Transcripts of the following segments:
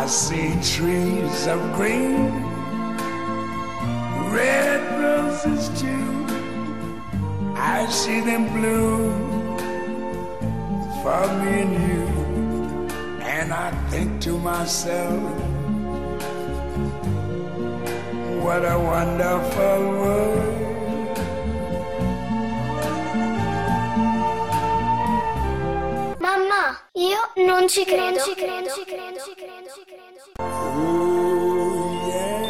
see trees of green, red roses too. I see them bloom for me and you. And I think to myself, what a wonderful world. Mamma, io non ci credo. Oh, yeah.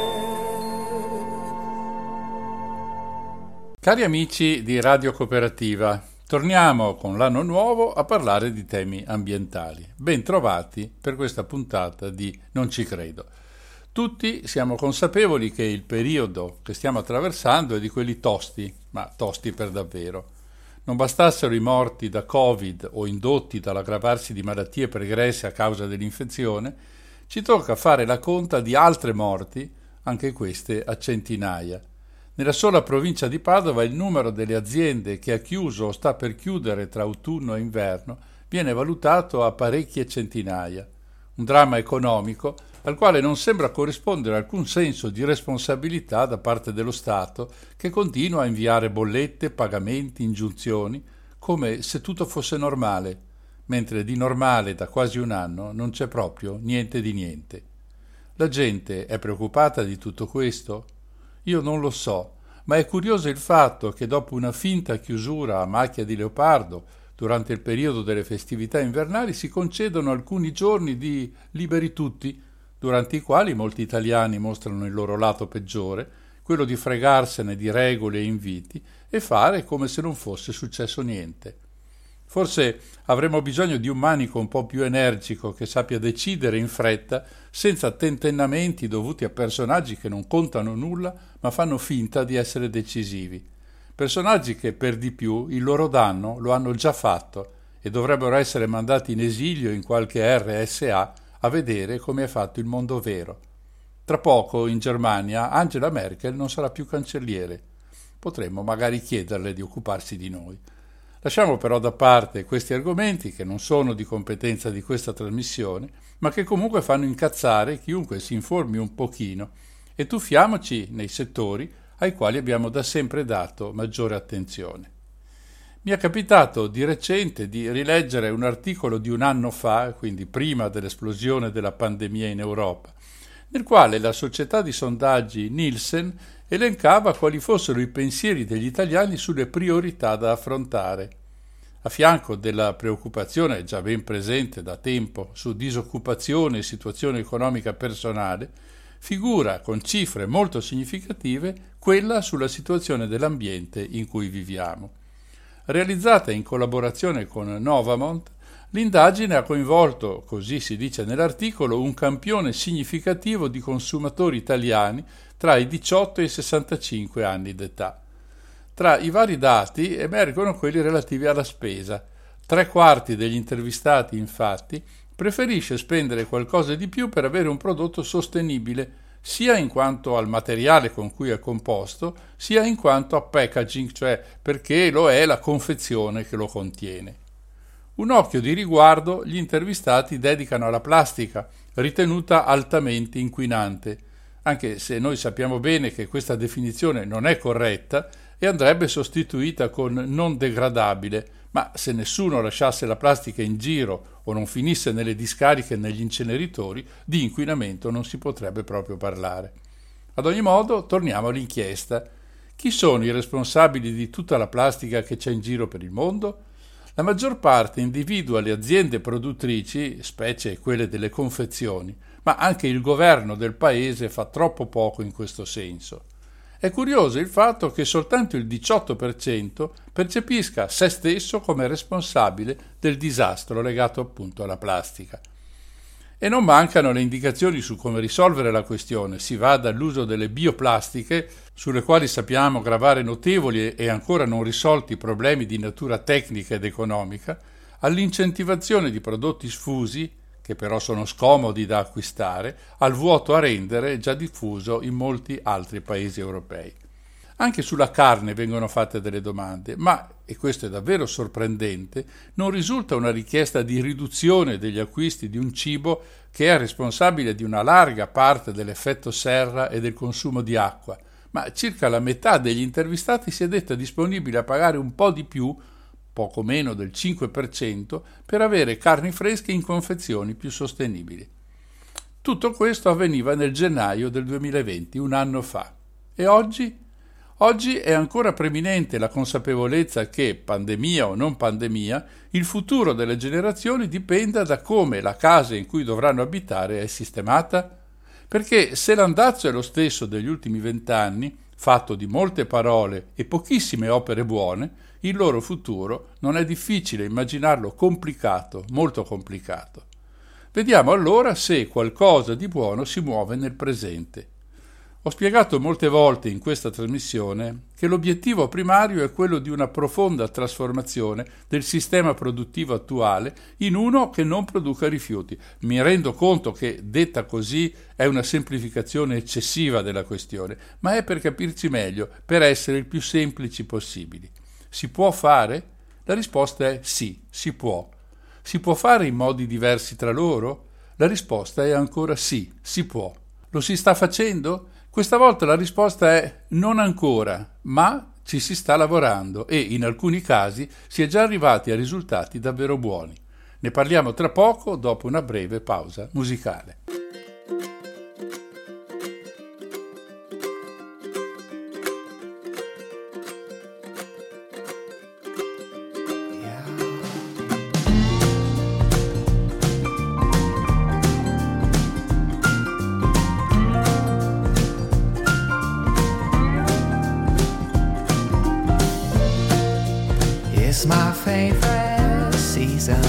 Cari amici di Radio Cooperativa, torniamo con l'anno nuovo a parlare di temi ambientali. Ben trovati per questa puntata di Non ci credo. Tutti siamo consapevoli che il periodo che stiamo attraversando è di quelli tosti, ma tosti per davvero. Non bastassero i morti da Covid o indotti dall'aggravarsi di malattie pregresse a causa dell'infezione, ci tocca fare la conta di altre morti, anche queste a centinaia. Nella sola provincia di Padova il numero delle aziende che ha chiuso o sta per chiudere tra autunno e inverno viene valutato a parecchie centinaia. Un dramma economico al quale non sembra corrispondere alcun senso di responsabilità da parte dello Stato, che continua a inviare bollette, pagamenti, ingiunzioni, come se tutto fosse normale, mentre di normale da quasi un anno non c'è proprio niente di niente. La gente è preoccupata di tutto questo? Io non lo so, ma è curioso il fatto che dopo una finta chiusura a macchia di leopardo, durante il periodo delle festività invernali si concedono alcuni giorni di liberi tutti, durante i quali molti italiani mostrano il loro lato peggiore, quello di fregarsene di regole e inviti e fare come se non fosse successo niente. Forse avremmo bisogno di un manico un po' più energico che sappia decidere in fretta, senza tentennamenti dovuti a personaggi che non contano nulla ma fanno finta di essere decisivi. Personaggi che per di più il loro danno lo hanno già fatto e dovrebbero essere mandati in esilio in qualche RSA a vedere come è fatto il mondo vero. Tra poco in Germania Angela Merkel non sarà più cancelliere. Potremmo magari chiederle di occuparsi di noi. Lasciamo però da parte questi argomenti che non sono di competenza di questa trasmissione, ma che comunque fanno incazzare chiunque si informi un pochino e tuffiamoci nei settori ai quali abbiamo da sempre dato maggiore attenzione. Mi è capitato di recente di rileggere un articolo di un anno fa, quindi prima dell'esplosione della pandemia in Europa, nel quale la società di sondaggi Nielsen elencava quali fossero i pensieri degli italiani sulle priorità da affrontare. A fianco della preoccupazione già ben presente da tempo su disoccupazione e situazione economica personale, figura con cifre molto significative quella sulla situazione dell'ambiente in cui viviamo. Realizzata in collaborazione con Novamont, l'indagine ha coinvolto, così si dice nell'articolo, un campione significativo di consumatori italiani tra i 18 e i 65 anni d'età. Tra i vari dati emergono quelli relativi alla spesa. 3/4 degli intervistati, infatti, preferisce spendere qualcosa di più per avere un prodotto sostenibile, sia in quanto al materiale con cui è composto, sia in quanto a packaging, cioè perché lo è la confezione che lo contiene. Un occhio di riguardo gli intervistati dedicano alla plastica, ritenuta altamente inquinante, anche se noi sappiamo bene che questa definizione non è corretta e andrebbe sostituita con non degradabile, ma se nessuno lasciasse la plastica in giro o non finisse nelle discariche e negli inceneritori, di inquinamento non si potrebbe proprio parlare. Ad ogni modo, torniamo all'inchiesta. Chi sono i responsabili di tutta la plastica che c'è in giro per il mondo? La maggior parte individua le aziende produttrici, specie quelle delle confezioni, ma anche il governo del paese fa troppo poco in questo senso. È curioso il fatto che soltanto il 18% percepisca se stesso come responsabile del disastro legato appunto alla plastica. E non mancano le indicazioni su come risolvere la questione. Si va dall'uso delle bioplastiche, sulle quali sappiamo gravare notevoli e ancora non risolti problemi di natura tecnica ed economica, all'incentivazione di prodotti sfusi, che però sono scomodi da acquistare, al vuoto a rendere già diffuso in molti altri paesi europei. Anche sulla carne vengono fatte delle domande, ma e questo è davvero sorprendente, non risulta una richiesta di riduzione degli acquisti di un cibo che è responsabile di una larga parte dell'effetto serra e del consumo di acqua, ma circa la metà degli intervistati si è detta disponibile a pagare un po' di più, poco meno del 5%, per avere carni fresche in confezioni più sostenibili. Tutto questo avveniva nel gennaio del 2020, un anno fa. E oggi? Oggi è ancora preminente la consapevolezza che, pandemia o non pandemia, il futuro delle generazioni dipenda da come la casa in cui dovranno abitare è sistemata? Perché se l'andazzo è lo stesso degli ultimi 20 anni, fatto di molte parole e pochissime opere buone, il loro futuro non è difficile immaginarlo complicato, molto complicato. Vediamo allora se qualcosa di buono si muove nel presente. Ho spiegato molte volte in questa trasmissione che l'obiettivo primario è quello di una profonda trasformazione del sistema produttivo attuale in uno che non produca rifiuti. Mi rendo conto che, detta così, è una semplificazione eccessiva della questione, ma è per capirci meglio, per essere il più semplici possibili. Si può fare? La risposta è sì, si può. Si può fare in modi diversi tra loro? La risposta è ancora sì, si può. Lo si sta facendo? Questa volta la risposta è non ancora, ma ci si sta lavorando e in alcuni casi si è già arrivati a risultati davvero buoni. Ne parliamo tra poco, dopo una breve pausa musicale. It's my favorite season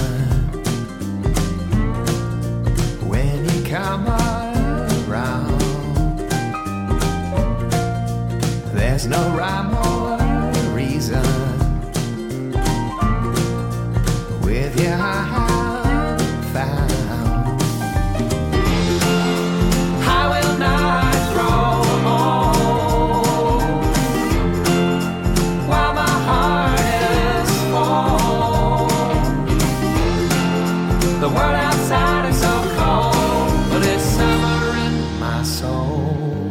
when you come around. There's no rhyme or reason with you I have found. I will not throw them all while my heart is full. The world outside is so cold, but it's summer in my soul.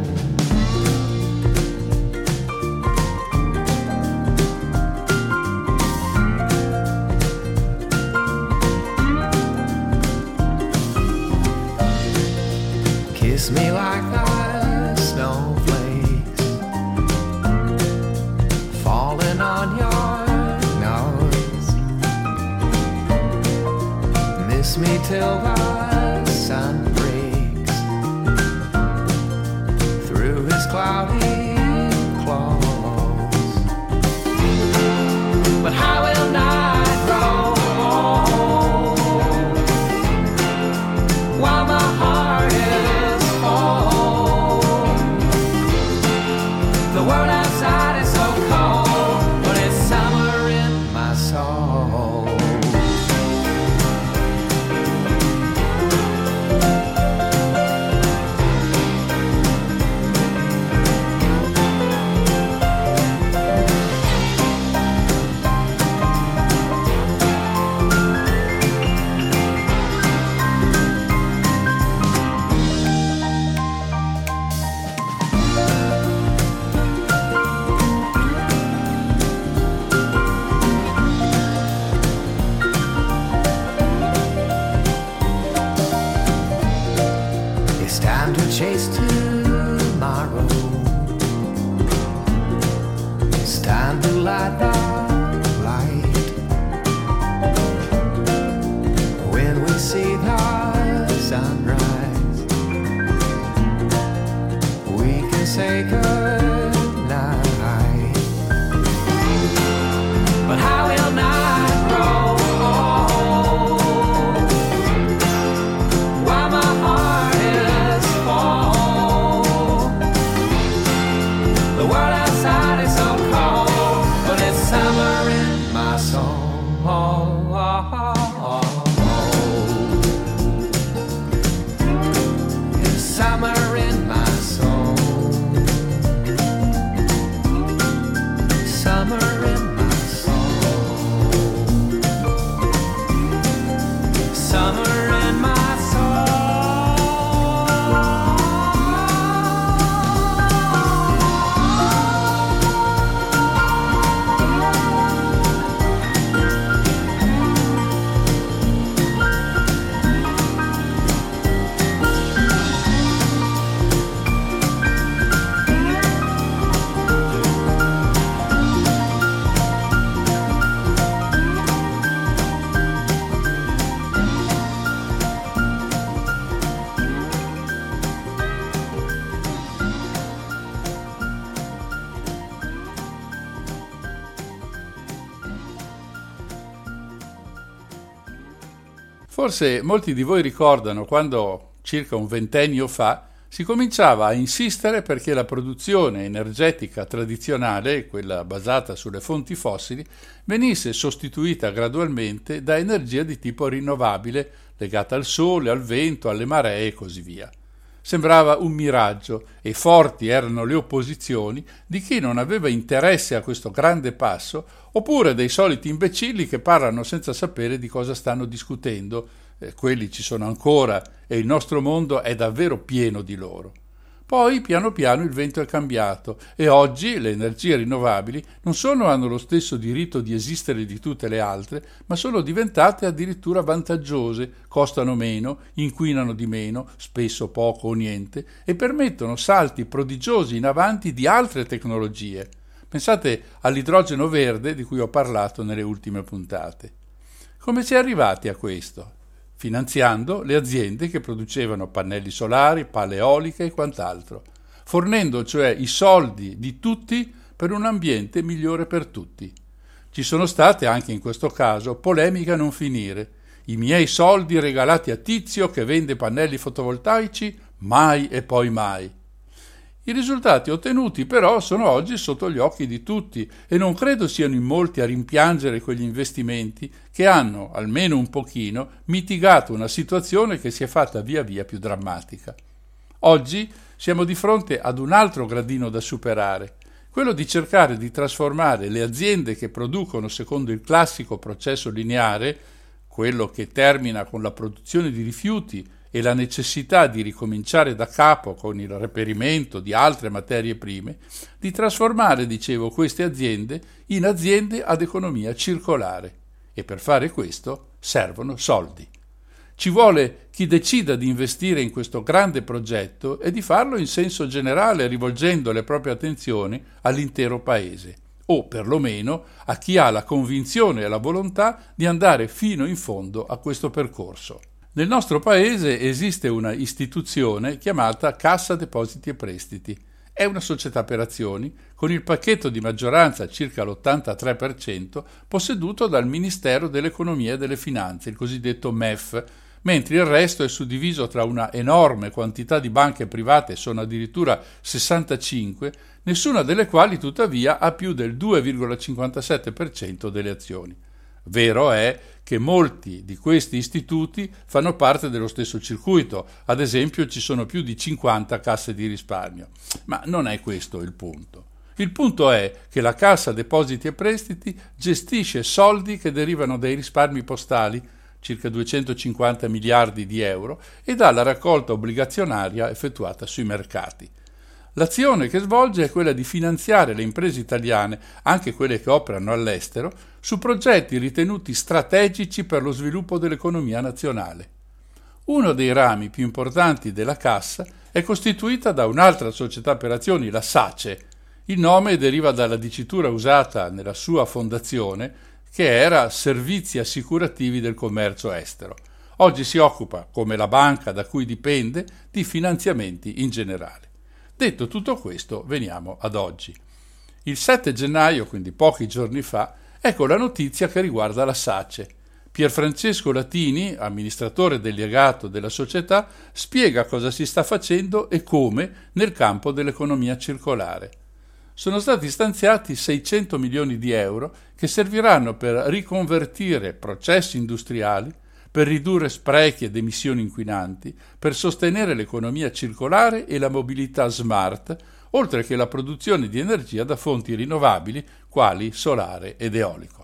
Kiss me like the snowflakes falling on your nose. Miss me till the sun breaks through his cloudy clothes. But I will not grow old while my heart is full. The world outside is so cold, but it's summer in my soul. It's time to chase tomorrow. It's time to light the light. When we see the sunrise, we can say good night. But I will not grow old while my heart is full. The world outside is so cold, but it's summer in my soul. It's summer in my soul. Summer in my soul. Forse molti di voi ricordano quando, circa un ventennio fa, si cominciava a insistere perché la produzione energetica tradizionale, quella basata sulle fonti fossili, venisse sostituita gradualmente da energia di tipo rinnovabile, legata al sole, al vento, alle maree e così via. Sembrava un miraggio e forti erano le opposizioni di chi non aveva interesse a questo grande passo, oppure dei soliti imbecilli che parlano senza sapere di cosa stanno discutendo. Quelli ci sono ancora e il nostro mondo è davvero pieno di loro. Poi piano piano il vento è cambiato e oggi le energie rinnovabili non solo hanno lo stesso diritto di esistere di tutte le altre, ma sono diventate addirittura vantaggiose, costano meno, inquinano di meno, spesso poco o niente, e permettono salti prodigiosi in avanti di altre tecnologie. Pensate all'idrogeno verde di cui ho parlato nelle ultime puntate. Come si è arrivati a questo? Finanziando le aziende che producevano pannelli solari, pale eoliche e quant'altro, fornendo cioè i soldi di tutti per un ambiente migliore per tutti. Ci sono state anche in questo caso polemiche a non finire. I miei soldi regalati a Tizio che vende pannelli fotovoltaici? Mai e poi mai. I risultati ottenuti però sono oggi sotto gli occhi di tutti e non credo siano in molti a rimpiangere quegli investimenti che hanno, almeno un pochino, mitigato una situazione che si è fatta via via più drammatica. Oggi siamo di fronte ad un altro gradino da superare, quello di cercare di trasformare le aziende che producono secondo il classico processo lineare, quello che termina con la produzione di rifiuti e la necessità di ricominciare da capo con il reperimento di altre materie prime, di trasformare, dicevo, queste aziende in aziende ad economia circolare. E per fare questo servono soldi. Ci vuole chi decida di investire in questo grande progetto e di farlo in senso generale, rivolgendo le proprie attenzioni all'intero paese, o perlomeno a chi ha la convinzione e la volontà di andare fino in fondo a questo percorso. Nel nostro paese esiste una istituzione chiamata Cassa Depositi e Prestiti. È una società per azioni con il pacchetto di maggioranza, circa l'83%, posseduto dal Ministero dell'Economia e delle Finanze, il cosiddetto MEF, mentre il resto è suddiviso tra una enorme quantità di banche private, sono addirittura 65, nessuna delle quali tuttavia ha più del 2,57% delle azioni. Vero è che molti di questi istituti fanno parte dello stesso circuito, ad esempio ci sono più di 50 casse di risparmio, ma non è questo il punto. Il punto è che la Cassa Depositi e Prestiti gestisce soldi che derivano dai risparmi postali, circa 250 miliardi di euro, e dalla raccolta obbligazionaria effettuata sui mercati. L'azione che svolge è quella di finanziare le imprese italiane, anche quelle che operano all'estero, su progetti ritenuti strategici per lo sviluppo dell'economia nazionale. Uno dei rami più importanti della Cassa è costituita da un'altra società per azioni, la SACE. Il nome deriva dalla dicitura usata nella sua fondazione, che era Servizi Assicurativi del Commercio Estero. Oggi si occupa, come la banca da cui dipende, di finanziamenti in generale. Detto tutto questo, veniamo ad oggi. Il 7 gennaio, quindi pochi giorni fa, ecco la notizia che riguarda la SACE. Pierfrancesco Latini, amministratore delegato della società, spiega cosa si sta facendo e come nel campo dell'economia circolare. Sono stati stanziati 600 milioni di euro che serviranno per riconvertire processi industriali, per ridurre sprechi ed emissioni inquinanti, per sostenere l'economia circolare e la mobilità smart, oltre che la produzione di energia da fonti rinnovabili quali solare ed eolico.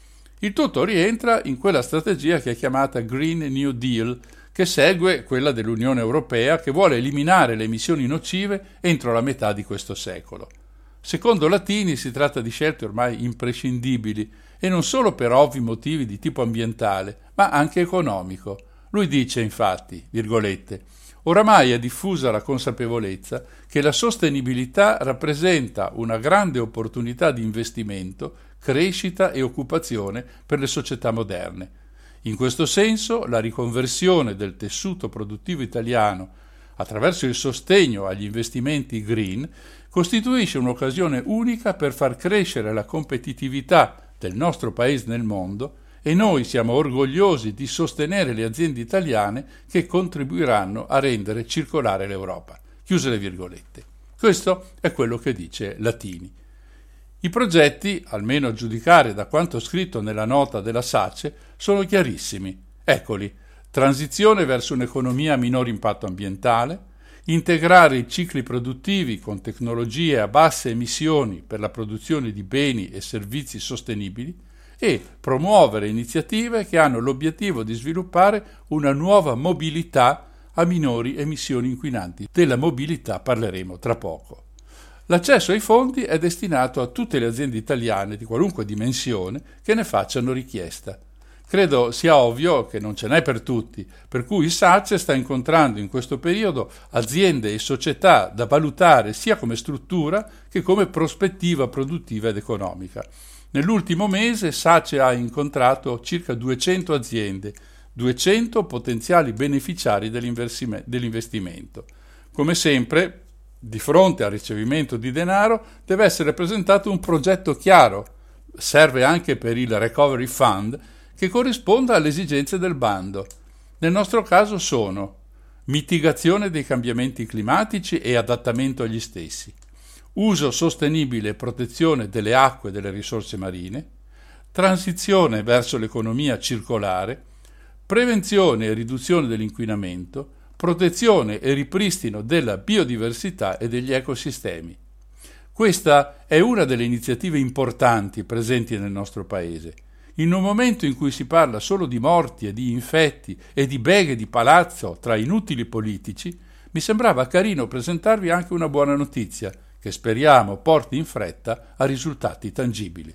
Il tutto rientra in quella strategia che è chiamata Green New Deal, che segue quella dell'Unione Europea che vuole eliminare le emissioni nocive entro la metà di questo secolo. Secondo Latini si tratta di scelte ormai imprescindibili e non solo per ovvi motivi di tipo ambientale, ma anche economico. Lui dice infatti, virgolette, oramai è diffusa la consapevolezza che la sostenibilità rappresenta una grande opportunità di investimento, crescita e occupazione per le società moderne. In questo senso, la riconversione del tessuto produttivo italiano attraverso il sostegno agli investimenti green costituisce un'occasione unica per far crescere la competitività del nostro paese nel mondo e noi siamo orgogliosi di sostenere le aziende italiane che contribuiranno a rendere circolare l'Europa. Chiuse le virgolette. Questo è quello che dice Latini. I progetti, almeno a giudicare da quanto scritto nella nota della SACE, sono chiarissimi. Eccoli: transizione verso un'economia a minor impatto ambientale, integrare i cicli produttivi con tecnologie a basse emissioni per la produzione di beni e servizi sostenibili e promuovere iniziative che hanno l'obiettivo di sviluppare una nuova mobilità a minori emissioni inquinanti. Della mobilità parleremo tra poco. L'accesso ai fondi è destinato a tutte le aziende italiane di qualunque dimensione che ne facciano richiesta. Credo sia ovvio che non ce n'è per tutti, per cui il SACE sta incontrando in questo periodo aziende e società da valutare sia come struttura che come prospettiva produttiva ed economica. Nell'ultimo mese SACE ha incontrato circa 200 aziende, 200 potenziali beneficiari dell'investimento. Come sempre, di fronte al ricevimento di denaro deve essere presentato un progetto chiaro, serve anche per il Recovery Fund, che corrisponda alle esigenze del bando. Nel nostro caso sono mitigazione dei cambiamenti climatici e adattamento agli stessi, uso sostenibile e protezione delle acque e delle risorse marine, transizione verso l'economia circolare, prevenzione e riduzione dell'inquinamento, protezione e ripristino della biodiversità e degli ecosistemi. Questa è una delle iniziative importanti presenti nel nostro Paese. In un momento in cui si parla solo di morti e di infetti e di beghe di palazzo tra inutili politici, mi sembrava carino presentarvi anche una buona notizia, che speriamo porti in fretta a risultati tangibili.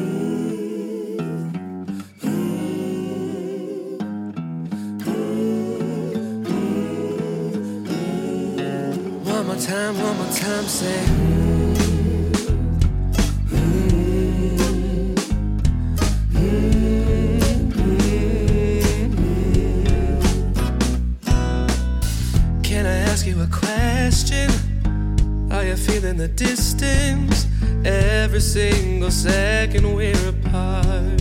One more time, say. Ask you a question. Are you feeling the distance? Every single second we're apart.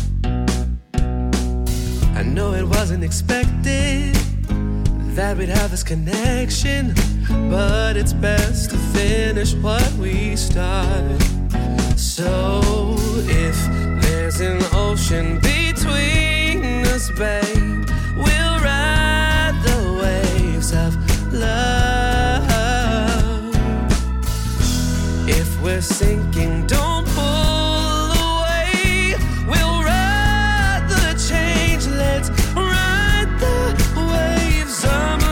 I know it wasn't expected that we'd have this connection, but it's best to finish what we start. So if there's an ocean between us, babe, we'll ride the waves of love. If we're sinking, don't pull away. We'll ride the change. Let's ride the waves of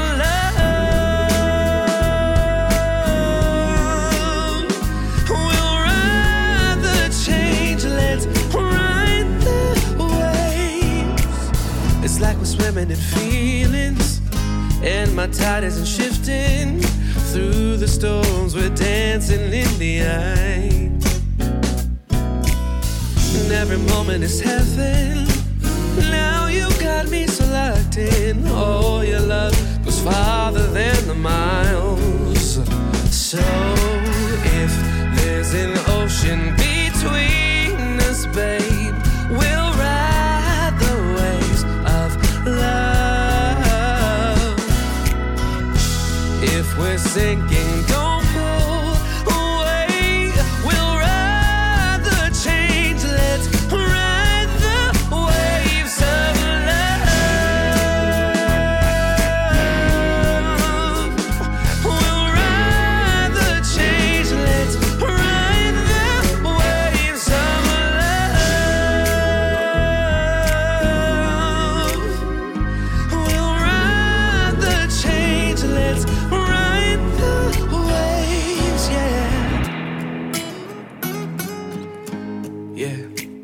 love. We'll ride the change. Let's ride the waves. It's like we're swimming in feelings, and my tide isn't shifting. Through the storms we're dancing in the eye, and every moment is heaven. Now you got me so locked in. Oh, your love goes farther than the miles. So if there's an ocean between us, babe, we'll ride the waves of love. If we're sinking, don't pull away. We'll ride the change. Let's ride the waves of love. We'll ride the change. Let's ride the waves of love. We'll ride the change. Let's ride the waves, yeah. Yeah.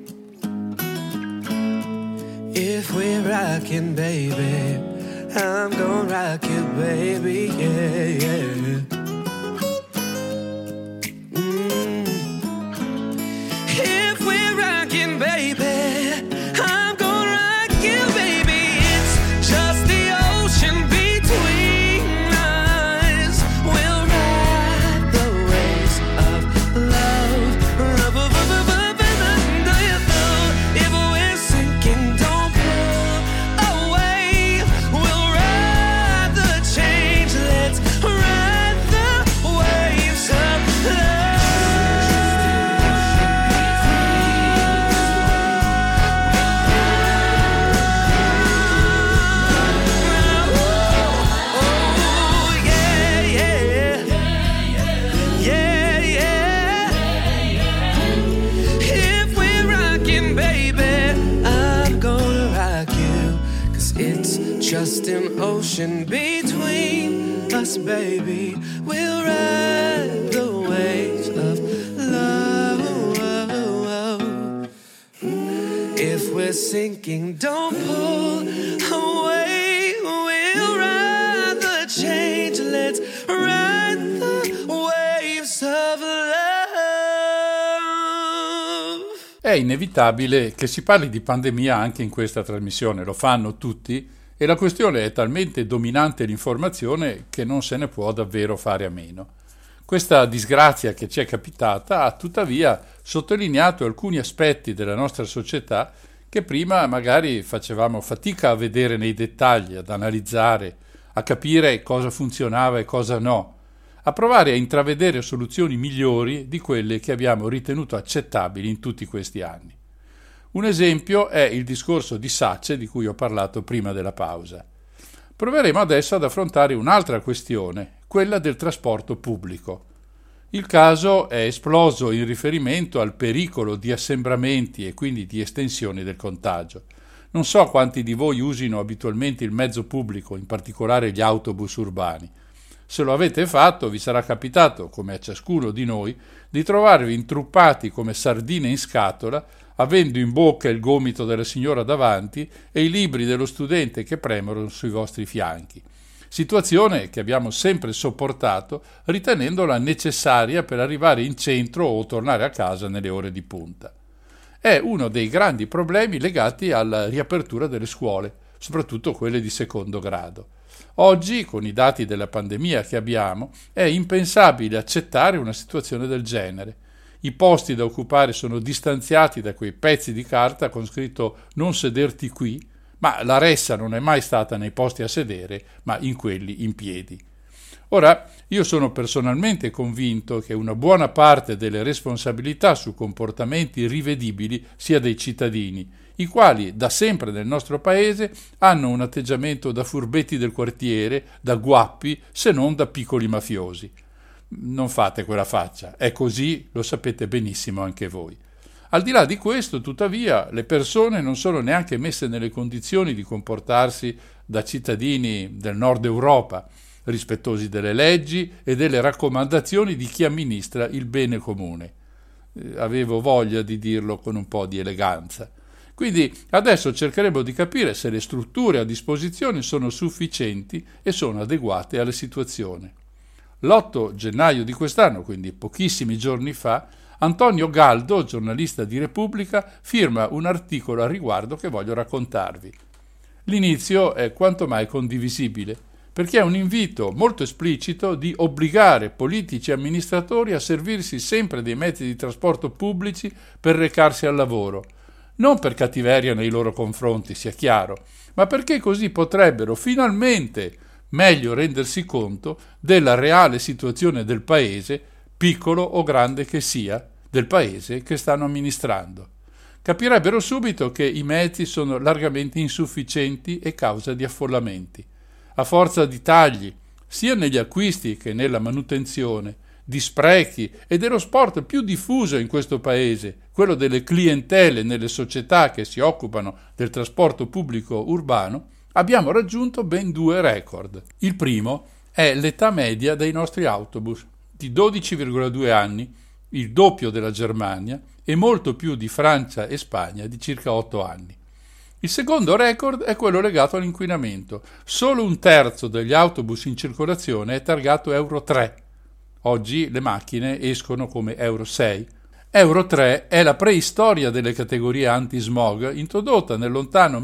If we're rocking, baby, I'm gonna rock you, baby, yeah, yeah. If we're rocking, baby, I'm gonna rock you, baby. It's just the ocean between us. We'll ride the waves of love. If we're sinking, everlasting ocean between us, baby. We'll ride the waves of love. If we're sinking, don't pull away. We'll ride the change. Let's ride the waves of love. È inevitabile che si parli di pandemia anche in questa trasmissione, lo fanno tutti, e la questione è talmente dominante l'informazione che non se ne può davvero fare a meno. Questa disgrazia che ci è capitata ha tuttavia sottolineato alcuni aspetti della nostra società che prima magari facevamo fatica a vedere nei dettagli, ad analizzare, a capire cosa funzionava e cosa no, a provare a intravedere soluzioni migliori di quelle che abbiamo ritenuto accettabili in tutti questi anni. Un esempio è il discorso di SACE di cui ho parlato prima della pausa. Proveremo adesso ad affrontare un'altra questione, quella del trasporto pubblico. Il caso è esploso in riferimento al pericolo di assembramenti e quindi di estensione del contagio. Non so quanti di voi usino abitualmente il mezzo pubblico, in particolare gli autobus urbani. Se lo avete fatto, vi sarà capitato, come a ciascuno di noi, di trovarvi intruppati come sardine in scatola, avendo in bocca il gomito della signora davanti e i libri dello studente che premono sui vostri fianchi. Situazione che abbiamo sempre sopportato, ritenendola necessaria per arrivare in centro o tornare a casa nelle ore di punta. È uno dei grandi problemi legati alla riapertura delle scuole, soprattutto quelle di secondo grado. Oggi, con i dati della pandemia che abbiamo, è impensabile accettare una situazione del genere. I posti da occupare sono distanziati da quei pezzi di carta con scritto «non sederti qui», ma la ressa non è mai stata nei posti a sedere, ma in quelli in piedi. Ora, io sono personalmente convinto che una buona parte delle responsabilità su comportamenti rivedibili sia dei cittadini, i quali da sempre nel nostro paese hanno un atteggiamento da furbetti del quartiere, da guappi, se non da piccoli mafiosi. Non fate quella faccia, è così, lo sapete benissimo anche voi. Al di là di questo, tuttavia, le persone non sono neanche messe nelle condizioni di comportarsi da cittadini del nord Europa, rispettosi delle leggi e delle raccomandazioni di chi amministra il bene comune. Avevo voglia di dirlo con un po' di eleganza. Quindi adesso cercheremo di capire se le strutture a disposizione sono sufficienti e sono adeguate alla situazione. L'8 gennaio di quest'anno, quindi pochissimi giorni fa, Antonio Galdo, giornalista di Repubblica, firma un articolo a riguardo che voglio raccontarvi. L'inizio è quanto mai condivisibile, perché è un invito molto esplicito di obbligare politici e amministratori a servirsi sempre dei mezzi di trasporto pubblici per recarsi al lavoro, non per cattiveria nei loro confronti, sia chiaro, ma perché così potrebbero finalmente meglio rendersi conto della reale situazione del paese, piccolo o grande che sia, del paese che stanno amministrando. Capirebbero subito che i mezzi sono largamente insufficienti e causa di affollamenti. A forza di tagli, sia negli acquisti che nella manutenzione, di sprechi e dello sport più diffuso in questo paese, quello delle clientele nelle società che si occupano del trasporto pubblico urbano, abbiamo raggiunto ben 2 record. Il primo è l'età media dei nostri autobus, di 12,2 anni, il doppio della Germania e molto più di Francia e Spagna di circa 8 anni. Il secondo record è quello legato all'inquinamento. Solo 1/3 degli autobus in circolazione è targato Euro 3. Oggi le macchine escono come Euro 6. Euro 3 è la preistoria delle categorie anti-smog introdotta nel lontano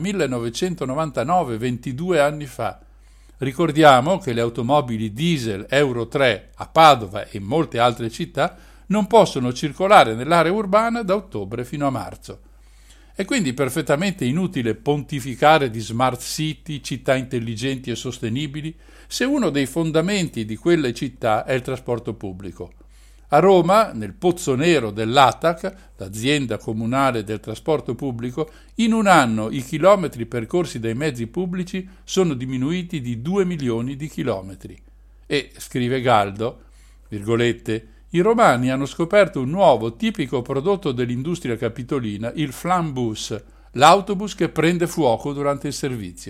1999, 22 anni fa. Ricordiamo che le automobili diesel Euro 3 a Padova e in molte altre città non possono circolare nell'area urbana da ottobre fino a marzo. È quindi perfettamente inutile pontificare di smart city, città intelligenti e sostenibili, se uno dei fondamenti di quelle città è il trasporto pubblico. A Roma, nel pozzo nero dell'ATAC, l'azienda comunale del trasporto pubblico, in un anno i chilometri percorsi dai mezzi pubblici sono diminuiti di 2 milioni di chilometri. E, scrive Galdo, virgolette, i romani hanno scoperto un nuovo tipico prodotto dell'industria capitolina, il flambus, l'autobus che prende fuoco durante il servizio.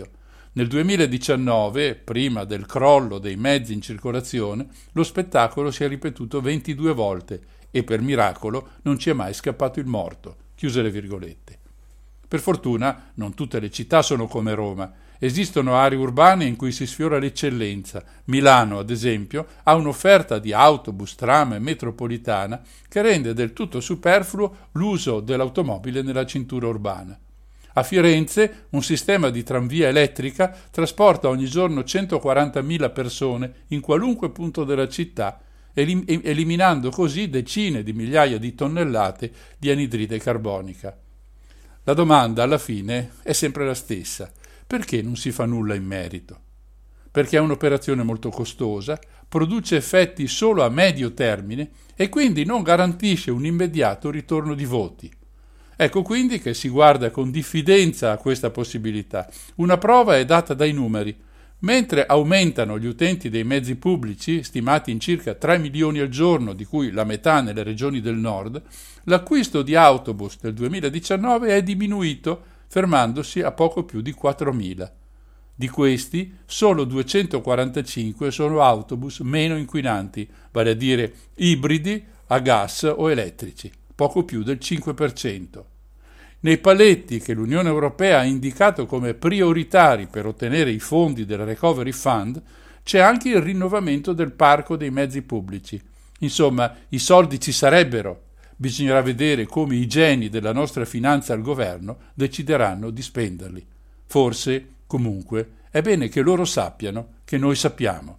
Nel 2019, prima del crollo dei mezzi in circolazione, lo spettacolo si è ripetuto 22 volte e per miracolo non ci è mai scappato il morto. Chiuse le virgolette. Per fortuna non tutte le città sono come Roma. Esistono aree urbane in cui si sfiora l'eccellenza. Milano, ad esempio, ha un'offerta di autobus, tram e metropolitana che rende del tutto superfluo l'uso dell'automobile nella cintura urbana. A Firenze un sistema di tranvia elettrica trasporta ogni giorno 140.000 persone in qualunque punto della città, eliminando così decine di migliaia di tonnellate di anidride carbonica. La domanda alla fine è sempre la stessa: perché non si fa nulla in merito? Perché è un'operazione molto costosa, produce effetti solo a medio termine e quindi non garantisce un immediato ritorno di voti. Ecco quindi che si guarda con diffidenza a questa possibilità. Una prova è data dai numeri. Mentre aumentano gli utenti dei mezzi pubblici, stimati in circa 3 milioni al giorno, di cui la metà nelle regioni del nord, l'acquisto di autobus del 2019 è diminuito, fermandosi a poco più di 4.000. Di questi, solo 245 sono autobus meno inquinanti, vale a dire ibridi, a gas o elettrici, poco più del 5%. Nei paletti che l'Unione Europea ha indicato come prioritari per ottenere i fondi del Recovery Fund c'è anche il rinnovamento del parco dei mezzi pubblici. Insomma, i soldi ci sarebbero. Bisognerà vedere come i geni della nostra finanza al governo decideranno di spenderli. Forse, comunque, è bene che loro sappiano che noi sappiamo.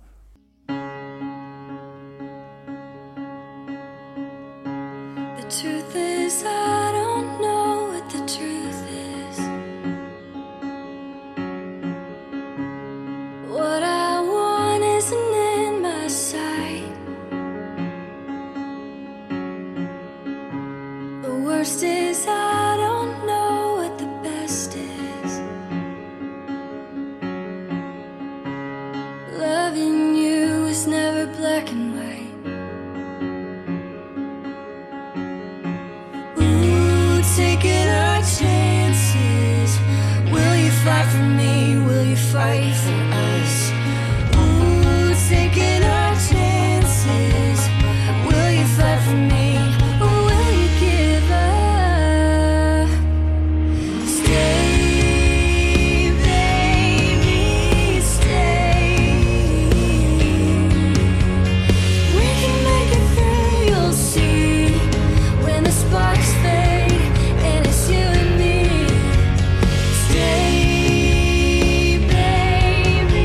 The truth is I don't know what the truth is. What I want isn't in my sight. The worst is I don't know what the best is. Loving you is never black and white. Taking our chances. Will you fight for me? Will you fight for us? Ooh, taking our chances. Will you fight for me? Or will you give up? Stay, baby, stay. We can make it through, you'll see. When the sparks fade, you and me. Stay, baby,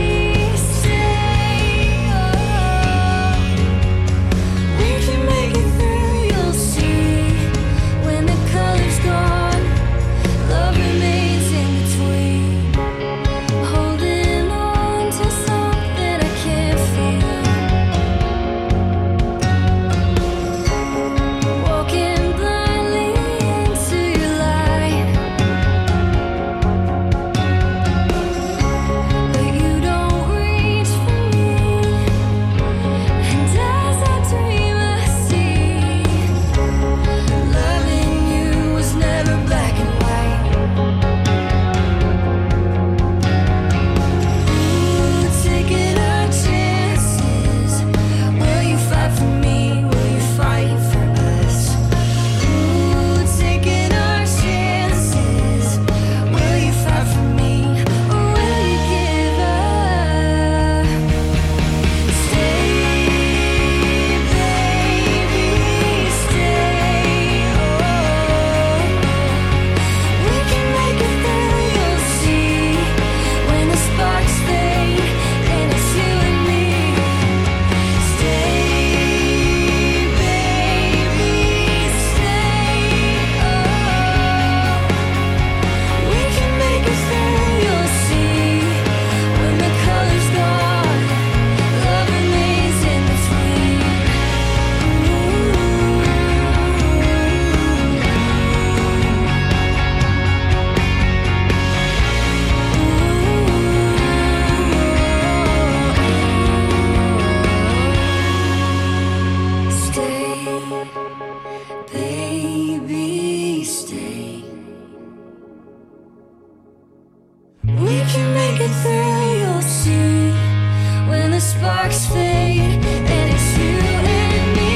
it through, you'll see when the sparks fade, and it's you and me.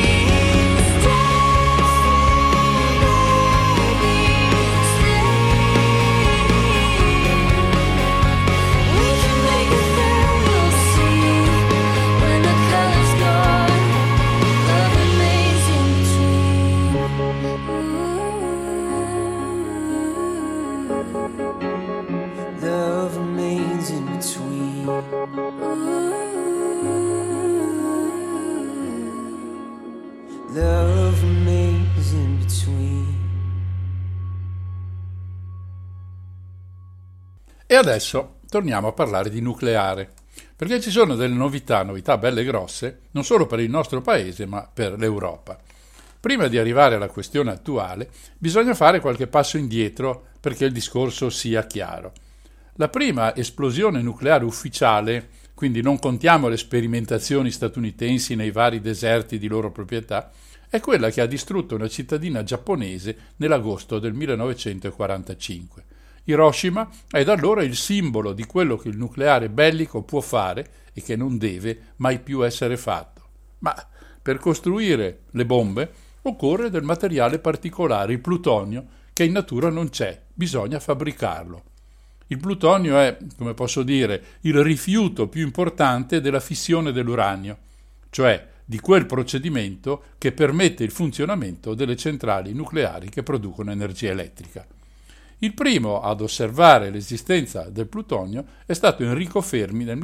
Love remains in between. Love remains in between. E adesso torniamo a parlare di nucleare, perché ci sono delle novità belle grosse, non solo per il nostro paese, ma per l'Europa. Prima di arrivare alla questione attuale, bisogna fare qualche passo indietro perché il discorso sia chiaro. La prima esplosione nucleare ufficiale, quindi non contiamo le sperimentazioni statunitensi nei vari deserti di loro proprietà, è quella che ha distrutto una cittadina giapponese nell'agosto del 1945. Hiroshima è da allora il simbolo di quello che il nucleare bellico può fare e che non deve mai più essere fatto. Ma per costruire le bombe occorre del materiale particolare, il plutonio, che in natura non c'è, bisogna fabbricarlo. Il plutonio è, come posso dire, il rifiuto più importante della fissione dell'uranio, cioè di quel procedimento che permette il funzionamento delle centrali nucleari che producono energia elettrica. Il primo ad osservare l'esistenza del plutonio è stato Enrico Fermi nel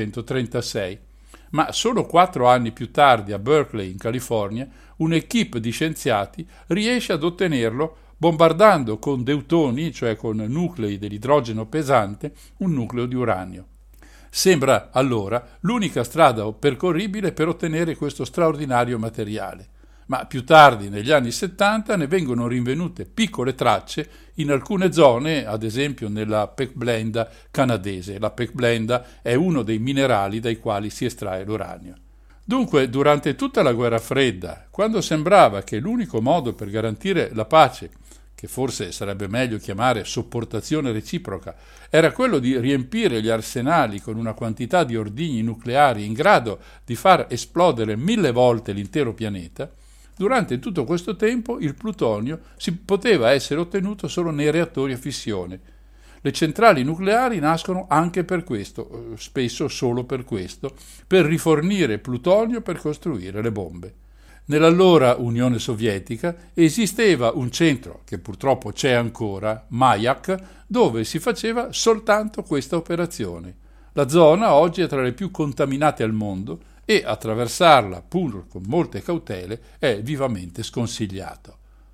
1936, ma solo 4 anni più tardi a Berkeley, in California, un'equipe di scienziati riesce ad ottenerlo bombardando con deutoni, cioè con nuclei dell'idrogeno pesante, un nucleo di uranio. Sembra allora l'unica strada percorribile per ottenere questo straordinario materiale, ma più tardi, negli anni 70, ne vengono rinvenute piccole tracce in alcune zone, ad esempio nella pechblenda canadese. La pechblenda è uno dei minerali dai quali si estrae l'uranio. Dunque, durante tutta la guerra fredda, quando sembrava che l'unico modo per garantire la pace, che forse sarebbe meglio chiamare sopportazione reciproca, era quello di riempire gli arsenali con una quantità di ordigni nucleari in grado di far esplodere 1000 volte l'intero pianeta, durante tutto questo tempo il plutonio si poteva essere ottenuto solo nei reattori a fissione. Le centrali nucleari nascono anche per questo, spesso solo per questo, per rifornire plutonio per costruire le bombe. Nell'allora Unione Sovietica esisteva un centro, che purtroppo c'è ancora, Mayak, dove si faceva soltanto questa operazione. La zona oggi è tra le più contaminate al mondo e attraversarla, pur con molte cautele, è vivamente sconsigliato.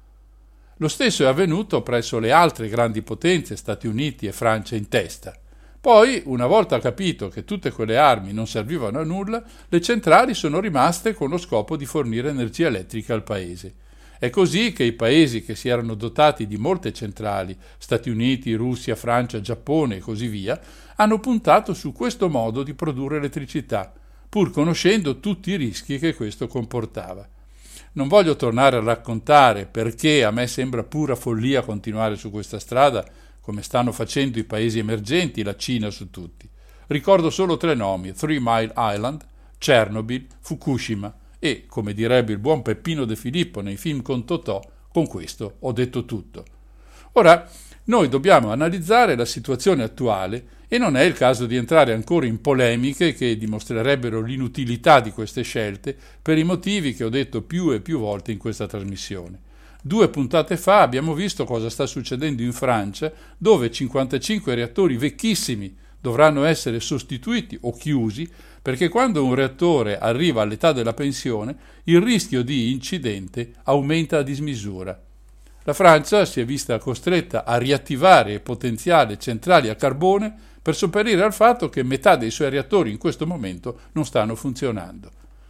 Lo stesso è avvenuto presso le altre grandi potenze, Stati Uniti e Francia in testa. Poi, una volta capito che tutte quelle armi non servivano a nulla, le centrali sono rimaste con lo scopo di fornire energia elettrica al paese. È così che i paesi che si erano dotati di molte centrali, Stati Uniti, Russia, Francia, Giappone e così via, hanno puntato su questo modo di produrre elettricità, pur conoscendo tutti i rischi che questo comportava. Non voglio tornare a raccontare perché a me sembra pura follia continuare su questa strada, come stanno facendo i paesi emergenti, la Cina su tutti. Ricordo solo 3 nomi: 3 Mile Island, Chernobyl, Fukushima e, come direbbe il buon Peppino De Filippo nei film con Totò, con questo ho detto tutto. Ora, noi dobbiamo analizzare la situazione attuale e non è il caso di entrare ancora in polemiche che dimostrerebbero l'inutilità di queste scelte per i motivi che ho detto più e più volte in questa trasmissione. 2 puntate fa abbiamo visto cosa sta succedendo in Francia, dove 55 reattori vecchissimi dovranno essere sostituiti o chiusi, perché quando un reattore arriva all'età della pensione il rischio di incidente aumenta a dismisura. La Francia si è vista costretta a riattivare e potenziare centrali a carbone per sopperire al fatto che metà dei suoi reattori in questo momento non stanno funzionando.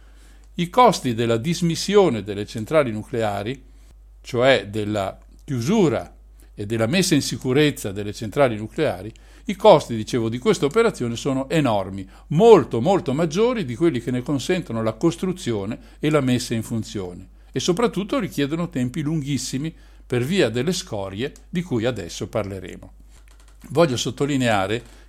I costi della dismissione delle centrali nucleari, cioè della chiusura e della messa in sicurezza delle centrali nucleari, i costi, dicevo, di questa operazione sono enormi, molto maggiori di quelli che ne consentono la costruzione e la messa in funzione, e soprattutto richiedono tempi lunghissimi per via delle scorie di cui adesso parleremo. Voglio sottolineare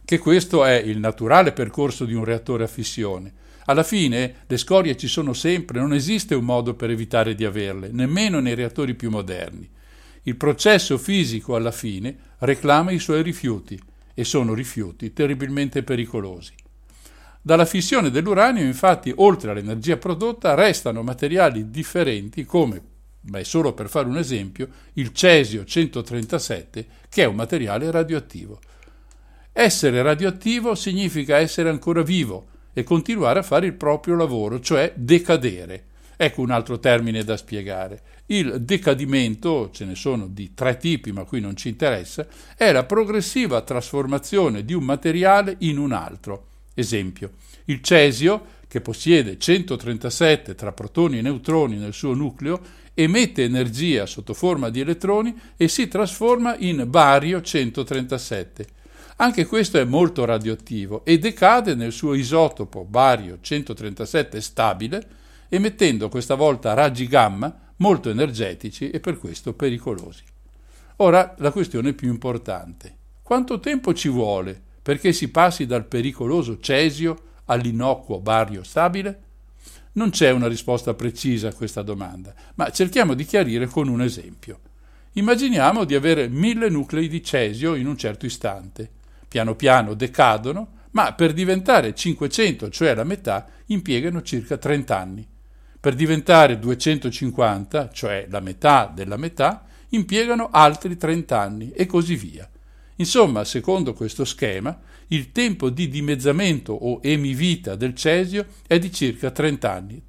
che questo è il naturale percorso di un reattore a fissione. Alla fine le scorie ci sono sempre, non esiste un modo per evitare di averle, nemmeno nei reattori più moderni. Il processo fisico alla fine reclama i suoi rifiuti, e sono rifiuti terribilmente pericolosi. Dalla fissione dell'uranio, infatti, oltre all'energia prodotta, restano materiali differenti come, solo per fare un esempio, il cesio 137, che è un materiale radioattivo. Essere radioattivo significa essere ancora vivo e continuare a fare il proprio lavoro, cioè decadere. Ecco un altro termine da spiegare. Il decadimento, ce ne sono di 3 tipi, ma qui non ci interessa, è la progressiva trasformazione di un materiale in un altro. Esempio, il cesio, che possiede 137 tra protoni e neutroni nel suo nucleo, emette energia sotto forma di elettroni e si trasforma in bario 137. Anche questo è molto radioattivo e decade nel suo isotopo bario 137 stabile, emettendo questa volta raggi gamma molto energetici e per questo pericolosi. Ora la questione più importante. Quanto tempo ci vuole perché si passi dal pericoloso cesio all'innocuo bario stabile? Non c'è una risposta precisa a questa domanda, ma cerchiamo di chiarire con un esempio. Immaginiamo di avere 1000 nuclei di cesio in un certo istante. Piano piano decadono, ma per diventare 500, cioè la metà, impiegano circa 30 anni. Per diventare 250, cioè la metà della metà, impiegano altri 30 anni e così via. Insomma, secondo questo schema, il tempo di dimezzamento o emivita del cesio è di circa 30 anni,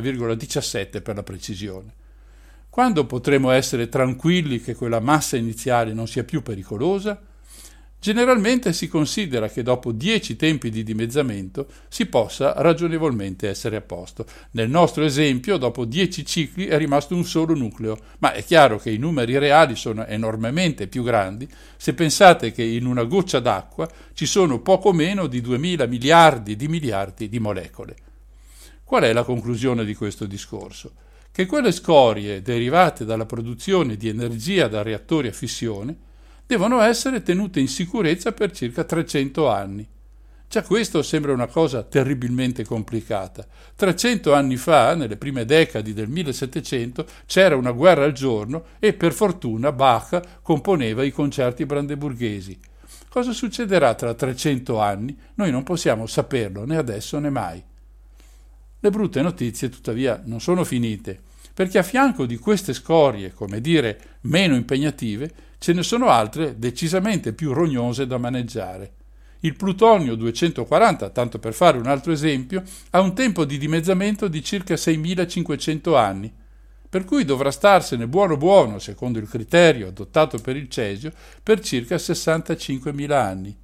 30,17 per la precisione. Quando potremo essere tranquilli che quella massa iniziale non sia più pericolosa? Generalmente si considera che dopo 10 tempi di dimezzamento si possa ragionevolmente essere a posto. Nel nostro esempio, dopo 10 cicli è rimasto un solo nucleo, ma è chiaro che i numeri reali sono enormemente più grandi se pensate che in una goccia d'acqua ci sono poco meno di 2000 miliardi di molecole. Qual è la conclusione di questo discorso? Che quelle scorie derivate dalla produzione di energia da reattori a fissione devono essere tenute in sicurezza per circa 300 anni. Già questo sembra una cosa terribilmente complicata. 300 anni fa, nelle prime decadi del 1700, c'era una guerra al giorno e per fortuna Bach componeva i concerti brandeburghesi. Cosa succederà tra 300 anni? Noi non possiamo saperlo né adesso né mai. Le brutte notizie, tuttavia, non sono finite, perché a fianco di queste scorie, come dire, meno impegnative, ce ne sono altre decisamente più rognose da maneggiare. Il plutonio 240, tanto per fare un altro esempio, ha un tempo di dimezzamento di circa 6.500 anni, per cui dovrà starsene buono, secondo il criterio adottato per il cesio, per circa 65.000 anni.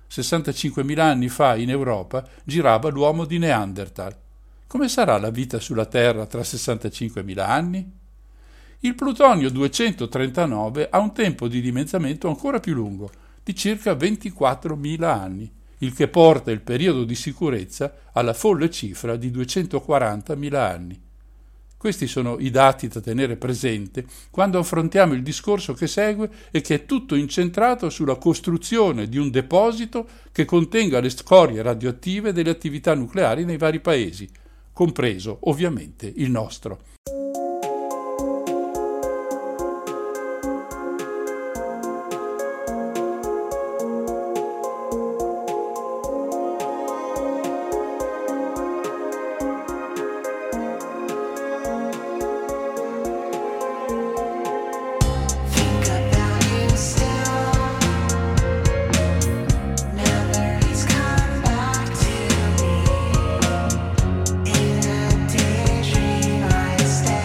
65.000 anni fa in Europa girava l'uomo di Neanderthal. Come sarà la vita sulla Terra tra 65.000 anni? Il plutonio 239 ha un tempo di dimezzamento ancora più lungo, di circa 24.000 anni, il che porta il periodo di sicurezza alla folle cifra di 240.000 anni. Questi sono i dati da tenere presente quando affrontiamo il discorso che segue e che è tutto incentrato sulla costruzione di un deposito che contenga le scorie radioattive delle attività nucleari nei vari paesi, compreso ovviamente il nostro. Stay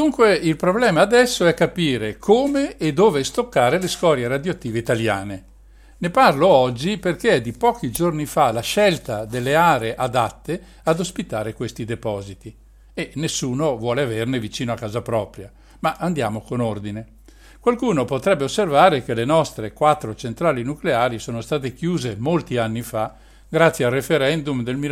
Dunque il problema adesso è capire come e dove stoccare le scorie radioattive italiane. Ne parlo oggi perché è di pochi giorni fa la scelta delle aree adatte ad ospitare questi depositi e nessuno vuole averne vicino a casa propria. Ma andiamo con ordine. Qualcuno potrebbe osservare che le nostre 4 centrali nucleari sono state chiuse molti anni fa grazie al referendum del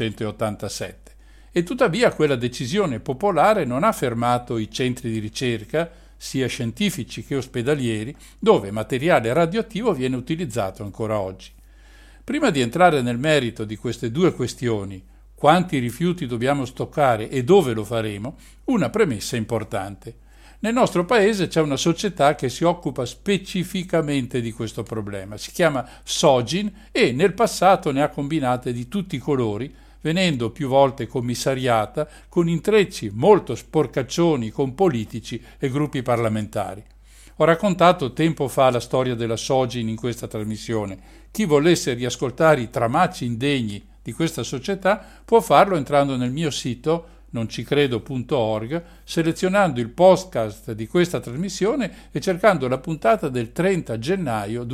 1987 e tuttavia quella decisione popolare non ha fermato i centri di ricerca, sia scientifici che ospedalieri, dove materiale radioattivo viene utilizzato ancora oggi. Prima di entrare nel merito di queste due questioni, quanti rifiuti dobbiamo stoccare e dove lo faremo, una premessa importante. Nel nostro paese c'è una società che si occupa specificamente di questo problema, si chiama Sogin e nel passato ne ha combinate di tutti i colori, venendo più volte commissariata con intrecci molto sporcaccioni con politici e gruppi parlamentari. Ho raccontato tempo fa la storia della Sogin in questa trasmissione. Chi volesse riascoltare i tramacci indegni di questa società può farlo entrando nel mio sito noncicredo.org, selezionando il podcast di questa trasmissione e cercando la puntata del 30 gennaio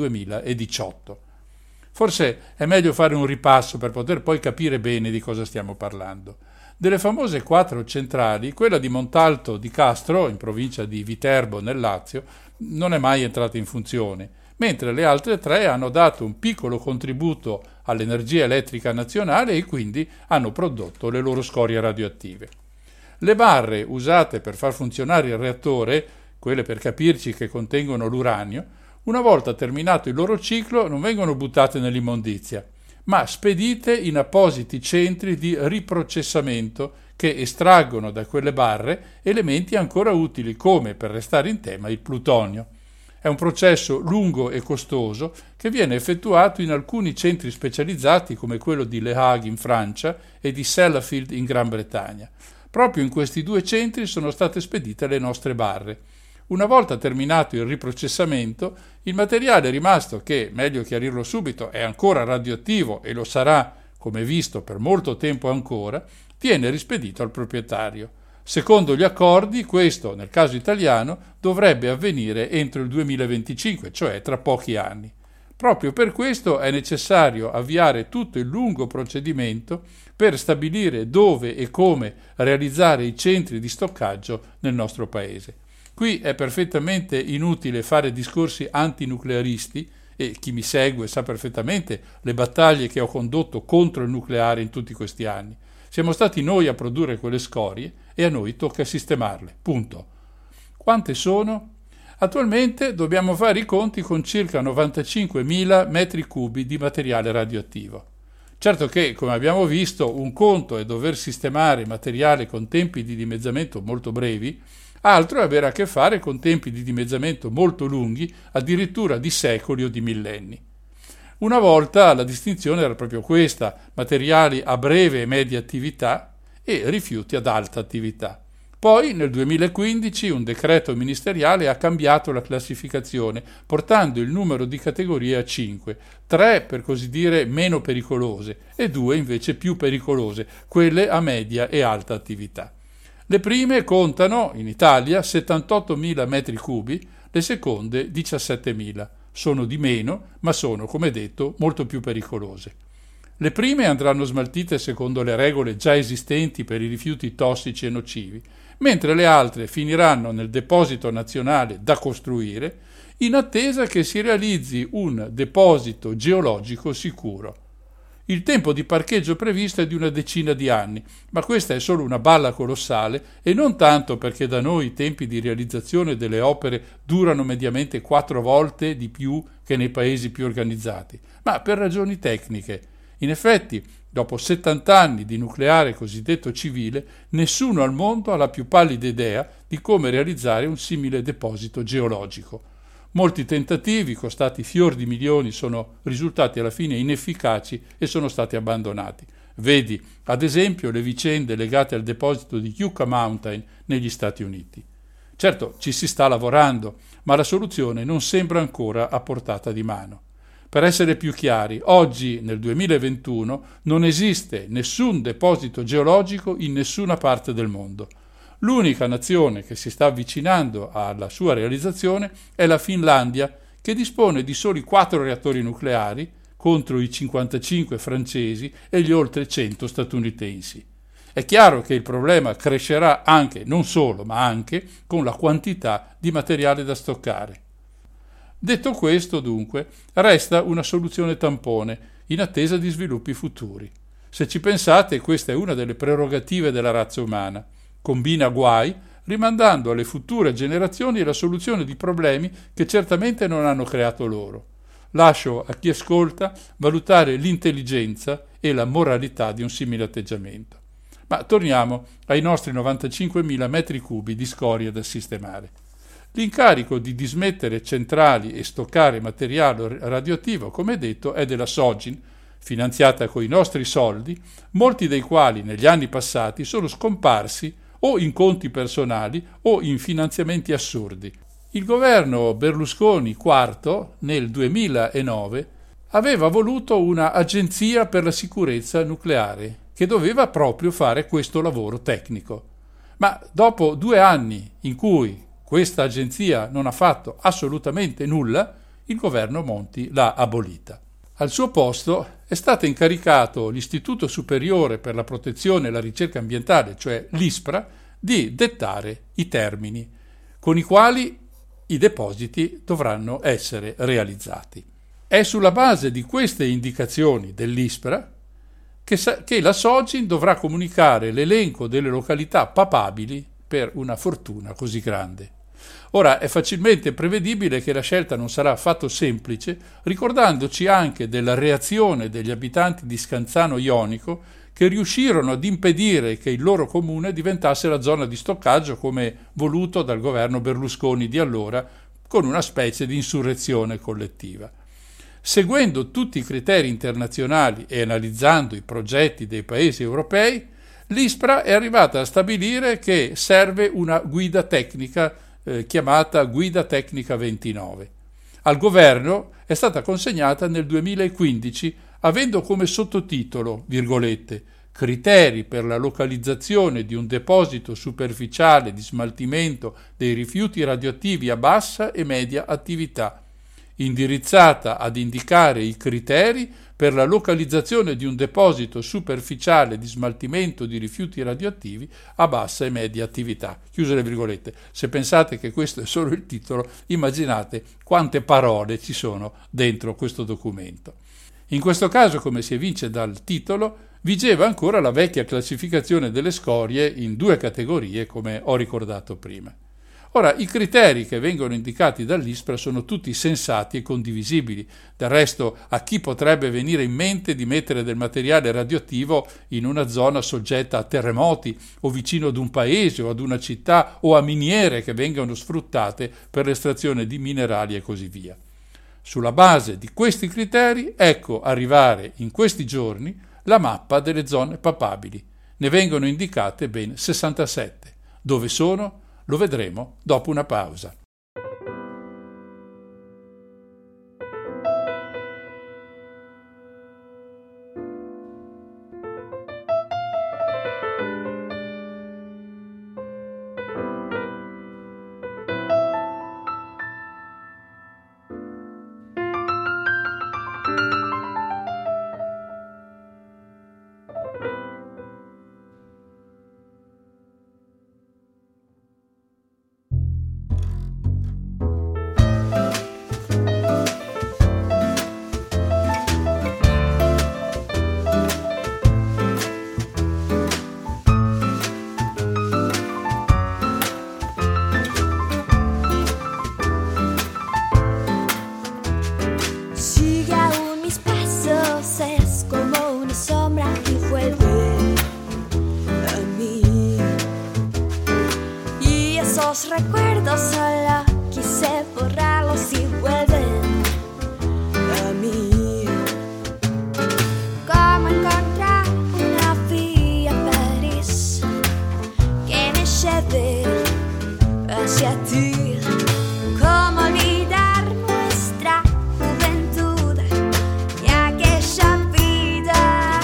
2018. Forse è meglio fare un ripasso per poter poi capire bene di cosa stiamo parlando. Delle famose 4 centrali, quella di Montalto di Castro, in provincia di Viterbo nel Lazio, non è mai entrata in funzione, mentre le altre 3 hanno dato un piccolo contributo all'energia elettrica nazionale e quindi hanno prodotto le loro scorie radioattive. Le barre usate per far funzionare il reattore, quelle per capirci che contengono l'uranio, una volta terminato il loro ciclo non vengono buttate nell'immondizia, ma spedite in appositi centri di riprocessamento che estraggono da quelle barre elementi ancora utili come, per restare in tema, il plutonio. È un processo lungo e costoso che viene effettuato in alcuni centri specializzati come quello di Le Hague in Francia e di Sellafield in Gran Bretagna. Proprio in questi 2 centri sono state spedite le nostre barre. Una volta terminato il riprocessamento, il materiale rimasto, che, meglio chiarirlo subito, è ancora radioattivo e lo sarà, come visto, per molto tempo ancora, viene rispedito al proprietario. Secondo gli accordi, questo, nel caso italiano, dovrebbe avvenire entro il 2025, cioè tra pochi anni. Proprio per questo è necessario avviare tutto il lungo procedimento per stabilire dove e come realizzare i centri di stoccaggio nel nostro paese. Qui è perfettamente inutile fare discorsi antinuclearisti e chi mi segue sa perfettamente le battaglie che ho condotto contro il nucleare in tutti questi anni. Siamo stati noi a produrre quelle scorie e a noi tocca sistemarle. Punto. Quante sono? Attualmente dobbiamo fare i conti con circa 95.000 metri cubi di materiale radioattivo. Certo che, come abbiamo visto, un conto è dover sistemare materiale con tempi di dimezzamento molto brevi, altro è avere a che fare con tempi di dimezzamento molto lunghi, addirittura di secoli o di millenni. Una volta la distinzione era proprio questa: materiali a breve e media attività e rifiuti ad alta attività. Poi nel 2015 un decreto ministeriale ha cambiato la classificazione, portando il numero di categorie a 5, 3 per così dire meno pericolose e 2 invece più pericolose, quelle a media e alta attività. Le prime contano, in Italia, 78.000 metri cubi, le seconde 17.000. Sono di meno, ma sono, come detto, molto più pericolose. Le prime andranno smaltite secondo le regole già esistenti per i rifiuti tossici e nocivi, mentre le altre finiranno nel deposito nazionale da costruire, in attesa che si realizzi un deposito geologico sicuro. Il tempo di parcheggio previsto è di una decina di anni, ma questa è solo una balla colossale e non tanto perché da noi i tempi di realizzazione delle opere durano mediamente 4 volte di più che nei paesi più organizzati, ma per ragioni tecniche. In effetti, dopo 70 anni di nucleare cosiddetto civile, nessuno al mondo ha la più pallida idea di come realizzare un simile deposito geologico. Molti tentativi, costati fior di milioni, sono risultati alla fine inefficaci e sono stati abbandonati. Vedi, ad esempio, le vicende legate al deposito di Yucca Mountain negli Stati Uniti. Certo, ci si sta lavorando, ma la soluzione non sembra ancora a portata di mano. Per essere più chiari, oggi, nel 2021, non esiste nessun deposito geologico in nessuna parte del mondo. L'unica nazione che si sta avvicinando alla sua realizzazione è la Finlandia, che dispone di soli 4 reattori nucleari contro i 55 francesi e gli oltre 100 statunitensi. È chiaro che il problema crescerà anche, non solo, ma anche con la quantità di materiale da stoccare. Detto questo, dunque, resta una soluzione tampone in attesa di sviluppi futuri. Se ci pensate, questa è una delle prerogative della razza umana. Combina guai, rimandando alle future generazioni la soluzione di problemi che certamente non hanno creato loro. Lascio a chi ascolta valutare l'intelligenza e la moralità di un simile atteggiamento. Ma torniamo ai nostri 95.000 metri cubi di scoria da sistemare. L'incarico di dismettere centrali e stoccare materiale radioattivo, come detto, è della Sogin, finanziata coi nostri soldi, molti dei quali negli anni passati sono scomparsi o in conti personali o in finanziamenti assurdi. Il governo Berlusconi IV, nel 2009, aveva voluto una agenzia per la sicurezza nucleare che doveva proprio fare questo lavoro tecnico. Ma dopo 2 anni in cui questa agenzia non ha fatto assolutamente nulla, il governo Monti l'ha abolita. Al suo posto è stato incaricato l'Istituto Superiore per la Protezione e la Ricerca Ambientale, cioè l'ISPRA, di dettare i termini con i quali i depositi dovranno essere realizzati. È sulla base di queste indicazioni dell'ISPRA che la Sogin dovrà comunicare l'elenco delle località papabili per una fortuna così grande. Ora è facilmente prevedibile che la scelta non sarà affatto semplice, ricordandoci anche della reazione degli abitanti di Scanzano Jonico, che riuscirono ad impedire che il loro comune diventasse la zona di stoccaggio come voluto dal governo Berlusconi di allora, con una specie di insurrezione collettiva. Seguendo tutti i criteri internazionali e analizzando i progetti dei paesi europei, l'ISPRA è arrivata a stabilire che serve una guida tecnica chiamata Guida Tecnica 29. Al governo è stata consegnata nel 2015, avendo come sottotitolo, virgolette, criteri per la localizzazione di un deposito superficiale di smaltimento dei rifiuti radioattivi a bassa e media attività, indirizzata ad indicare i criteri per la localizzazione di un deposito superficiale di smaltimento di rifiuti radioattivi a bassa e media attività. Chiuse le virgolette. Se pensate che questo è solo il titolo, immaginate quante parole ci sono dentro questo documento. In questo caso, come si evince dal titolo, vigeva ancora la vecchia classificazione delle scorie in 2 categorie, come ho ricordato prima. Ora, i criteri che vengono indicati dall'ISPRA sono tutti sensati e condivisibili. Del resto, a chi potrebbe venire in mente di mettere del materiale radioattivo in una zona soggetta a terremoti o vicino ad un paese o ad una città o a miniere che vengano sfruttate per l'estrazione di minerali e così via. Sulla base di questi criteri, ecco arrivare in questi giorni la mappa delle zone papabili. Ne vengono indicate ben 67. Dove sono? Lo vedremo dopo una pausa. Recuerdos solo quise borrarlos y vuelven a mí. Cómo encontrar una vía a París que me lleve hacia ti. Cómo olvidar nuestra juventud y aquella vida.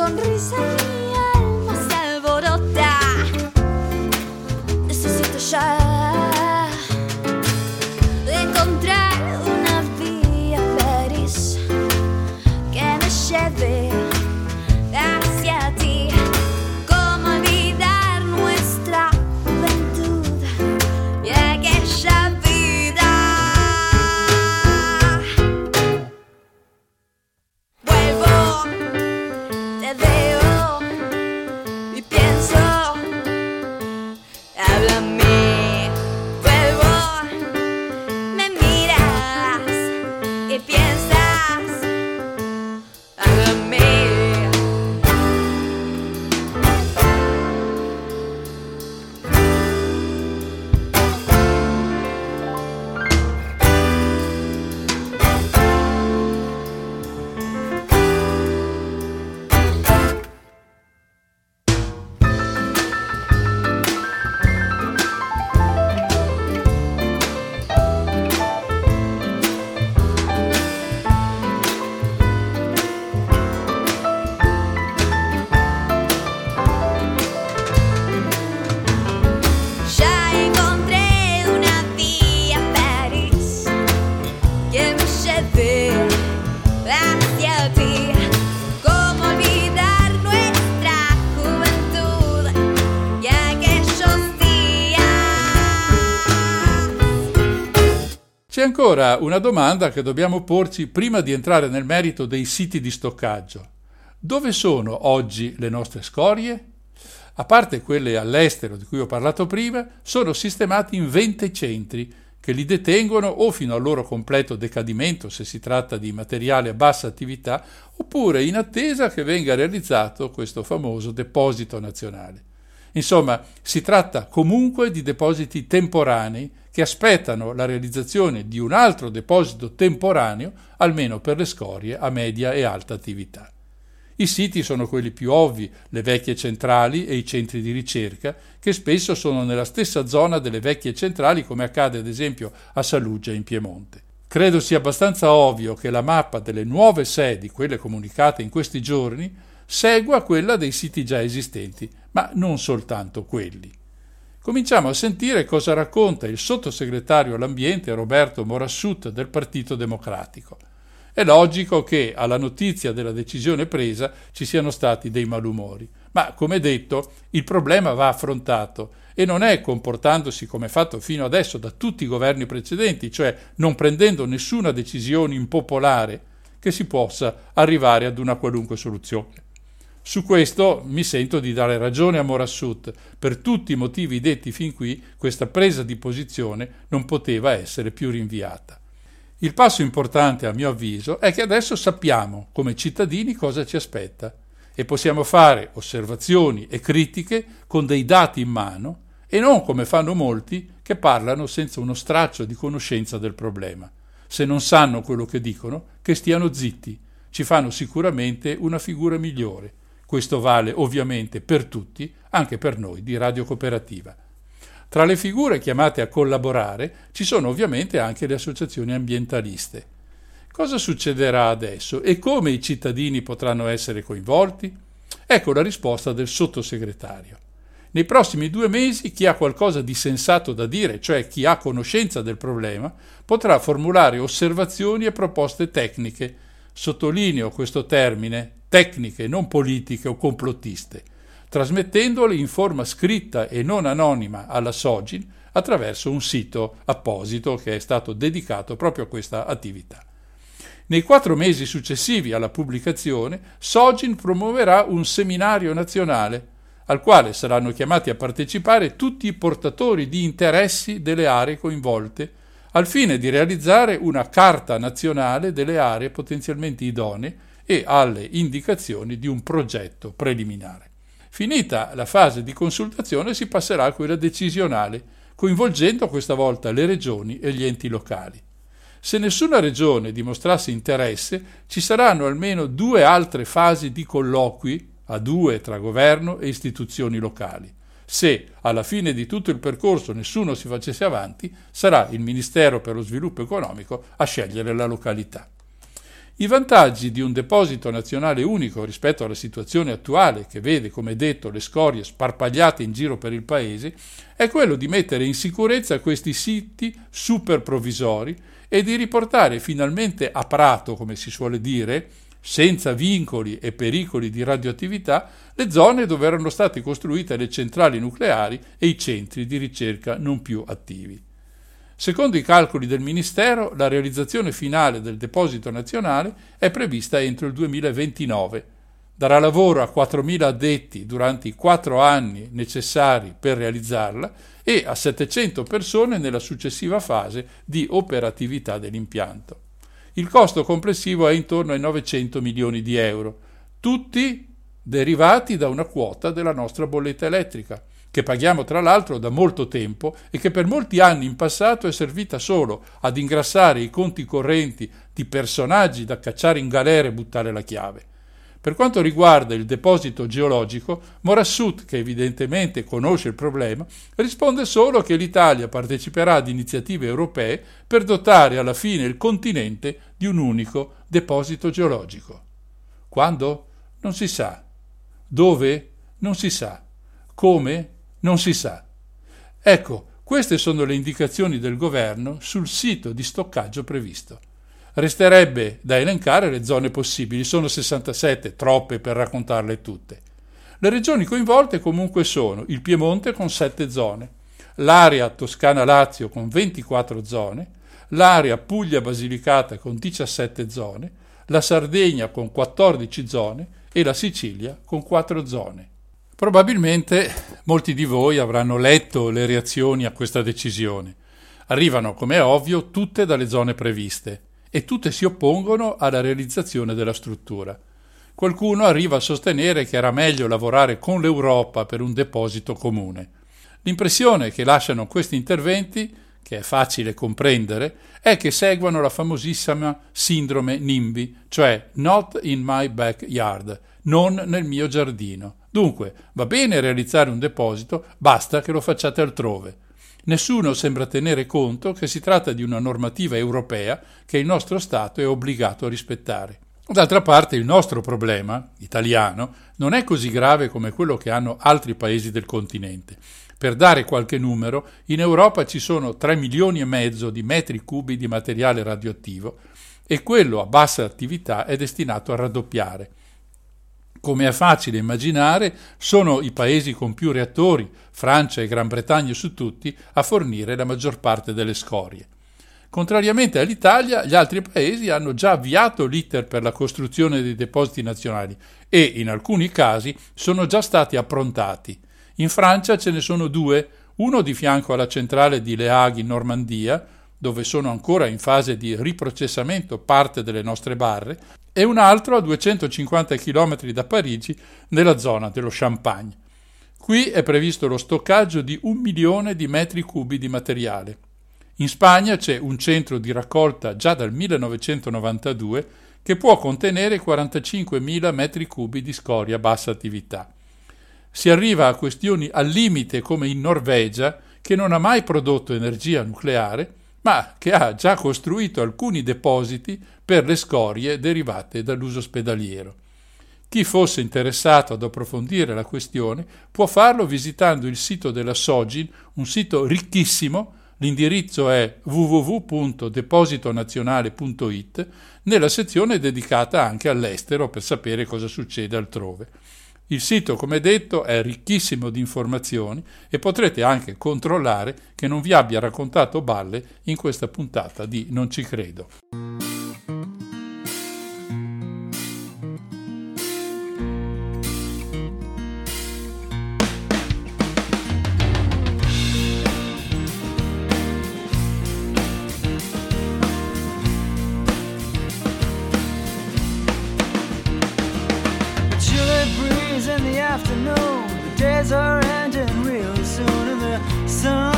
sonrisa mi alma se alborota. Necesito ya encontrar una vía feliz que me lleve hacia ti. Cómo olvidar nuestra juventud y aquella vida. Vuelvo, te veo y pienso, háblame. Vuelvo, me miras y piensas, háblame. Ya encontré una vía feliz que me lleve hacia ti. Cómo olvidar nuestra juventud y aquellos días. C'è ancora una domanda che dobbiamo porci prima di entrare nel merito dei siti di stoccaggio. Dove sono oggi le nostre scorie? A parte quelle all'estero di cui ho parlato prima, sono sistemati in 20 centri che li detengono o fino al loro completo decadimento se si tratta di materiale a bassa attività, oppure in attesa che venga realizzato questo famoso deposito nazionale. Insomma, si tratta comunque di depositi temporanei che aspettano la realizzazione di un altro deposito temporaneo, almeno per le scorie a media e alta attività. I siti sono quelli più ovvi, le vecchie centrali e i centri di ricerca, che spesso sono nella stessa zona delle vecchie centrali, come accade ad esempio a Saluggia in Piemonte. Credo sia abbastanza ovvio che la mappa delle nuove sedi, quelle comunicate in questi giorni, segua quella dei siti già esistenti, ma non soltanto quelli. Cominciamo a sentire cosa racconta il sottosegretario all'ambiente Roberto Morassut del Partito Democratico. È logico che alla notizia della decisione presa ci siano stati dei malumori, ma come detto il problema va affrontato e non è comportandosi come fatto fino adesso da tutti i governi precedenti, cioè non prendendo nessuna decisione impopolare, che si possa arrivare ad una qualunque soluzione. Su questo mi sento di dare ragione a Morassut. Per tutti i motivi detti fin qui, questa presa di posizione non poteva essere più rinviata. Il passo importante, a mio avviso, è che adesso sappiamo, come cittadini, cosa ci aspetta e possiamo fare osservazioni e critiche con dei dati in mano e non come fanno molti che parlano senza uno straccio di conoscenza del problema. Se non sanno quello che dicono, che stiano zitti. Ci fanno sicuramente una figura migliore. Questo vale ovviamente per tutti, anche per noi di Radio Cooperativa. Tra le figure chiamate a collaborare ci sono ovviamente anche le associazioni ambientaliste. Cosa succederà adesso e come i cittadini potranno essere coinvolti? Ecco la risposta del sottosegretario. Nei prossimi 2 mesi chi ha qualcosa di sensato da dire, cioè chi ha conoscenza del problema, potrà formulare osservazioni e proposte tecniche. Sottolineo questo termine, tecniche, non politiche o complottiste, trasmettendole in forma scritta e non anonima alla Sogin attraverso un sito apposito che è stato dedicato proprio a questa attività. Nei 4 mesi successivi alla pubblicazione, Sogin promuoverà un seminario nazionale al quale saranno chiamati a partecipare tutti i portatori di interessi delle aree coinvolte, al fine di realizzare una carta nazionale delle aree potenzialmente idonee e alle indicazioni di un progetto preliminare. Finita la fase di consultazione si passerà a quella decisionale, coinvolgendo questa volta le regioni e gli enti locali. Se nessuna regione dimostrasse interesse, ci saranno almeno 2 altre fasi di colloqui a 2 tra governo e istituzioni locali. Se alla fine di tutto il percorso nessuno si facesse avanti, sarà il Ministero per lo Sviluppo Economico a scegliere la località. I vantaggi di un deposito nazionale unico rispetto alla situazione attuale, che vede, come detto, le scorie sparpagliate in giro per il paese, è quello di mettere in sicurezza questi siti super provvisori e di riportare finalmente a prato, come si suole dire, senza vincoli e pericoli di radioattività, le zone dove erano state costruite le centrali nucleari e i centri di ricerca non più attivi. Secondo i calcoli del Ministero, la realizzazione finale del deposito nazionale è prevista entro il 2029. Darà lavoro a 4.000 addetti durante i 4 anni necessari per realizzarla e a 700 persone nella successiva fase di operatività dell'impianto. Il costo complessivo è intorno ai 900 milioni di euro, tutti derivati da una quota della nostra bolletta elettrica, che paghiamo tra l'altro da molto tempo e che per molti anni in passato è servita solo ad ingrassare i conti correnti di personaggi da cacciare in galera e buttare la chiave. Per quanto riguarda il deposito geologico, Morassut, che evidentemente conosce il problema, risponde solo che l'Italia parteciperà ad iniziative europee per dotare alla fine il continente di un unico deposito geologico. Quando? Non si sa. Dove? Non si sa. Come? Non si sa. Ecco, queste sono le indicazioni del governo sul sito di stoccaggio previsto. Resterebbe da elencare le zone possibili, sono 67, troppe per raccontarle tutte. Le regioni coinvolte comunque sono il Piemonte con 7 zone, l'area Toscana-Lazio con 24 zone, l'area Puglia-Basilicata con 17 zone, la Sardegna con 14 zone e la Sicilia con 4 zone. Probabilmente molti di voi avranno letto le reazioni a questa decisione. Arrivano, come è ovvio, tutte dalle zone previste e tutte si oppongono alla realizzazione della struttura. Qualcuno arriva a sostenere che era meglio lavorare con l'Europa per un deposito comune. L'impressione che lasciano questi interventi, che è facile comprendere, è che seguano la famosissima sindrome NIMBY, cioè Not in my backyard, non nel mio giardino. Dunque, va bene realizzare un deposito, basta che lo facciate altrove. Nessuno sembra tenere conto che si tratta di una normativa europea che il nostro Stato è obbligato a rispettare. D'altra parte, il nostro problema, italiano, non è così grave come quello che hanno altri paesi del continente. Per dare qualche numero, in Europa ci sono 3,5 milioni di metri cubi di materiale radioattivo e quello a bassa attività è destinato a raddoppiare. Come è facile immaginare, sono i paesi con più reattori, Francia e Gran Bretagna su tutti, a fornire la maggior parte delle scorie. Contrariamente all'Italia, gli altri paesi hanno già avviato l'iter per la costruzione dei depositi nazionali e, in alcuni casi, sono già stati approntati. In Francia ce ne sono 2, uno di fianco alla centrale di Le Hague in Normandia, dove sono ancora in fase di riprocessamento parte delle nostre barre, e un altro a 250 km da Parigi, nella zona dello Champagne. Qui è previsto lo stoccaggio di 1 milione di metri cubi di materiale. In Spagna c'è un centro di raccolta già dal 1992 che può contenere 45.000 metri cubi di scoria a bassa attività. Si arriva a questioni al limite come in Norvegia, che non ha mai prodotto energia nucleare, ma che ha già costruito alcuni depositi per le scorie derivate dall'uso ospedaliero. Chi fosse interessato ad approfondire la questione può farlo visitando il sito della Sogin, un sito ricchissimo. L'indirizzo è www.depositonazionale.it, nella sezione dedicata anche all'estero per sapere cosa succede altrove. Il sito, come detto, è ricchissimo di informazioni e potrete anche controllare che non vi abbia raccontato balle in questa puntata di Non ci credo. Afternoon, the days are ending really soon in the summer.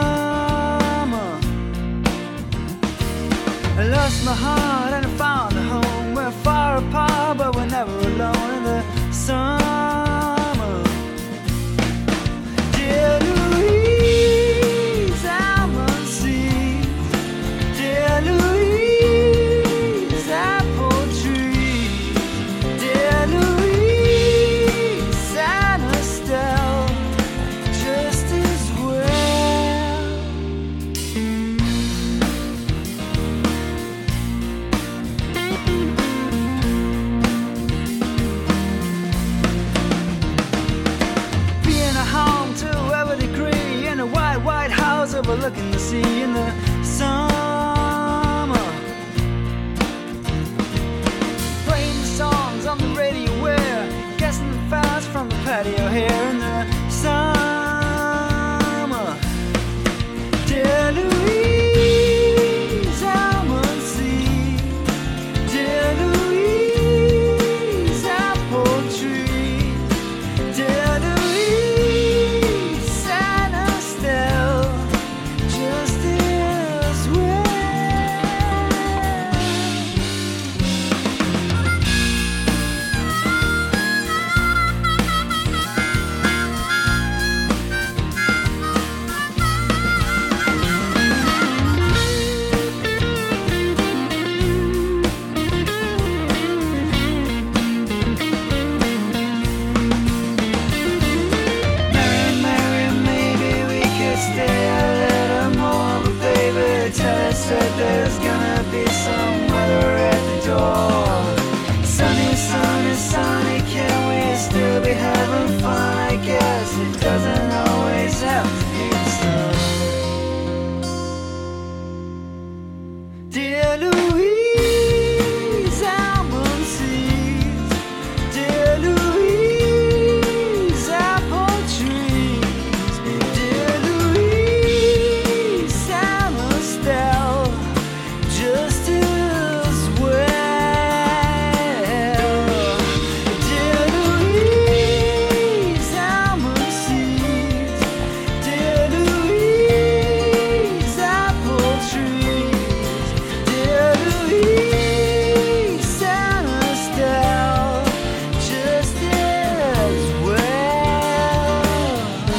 I lost my heart and I found a home. We're far apart, but we're never alone in the summer. Dear Louise, almond seeds. Dear Louise, apple here in the summer. Dear Louise, almond seed. Dear Louise, apple tree. Dear Louise, Santa still just as well. Mary, Mary, maybe we could stay a little more, but baby, tell us that there's gonna be some weather at the door. Sunny, sunny, sunny, can we still be having fun? I guess it doesn't always have to be so. Dear Louise, almond seeds. Dear Louise, apple trees. Dear Louise, Santa still just as well. Dear Louise, almond seeds. Dear Louise, apple trees. Dear Louise, Santa still just as well.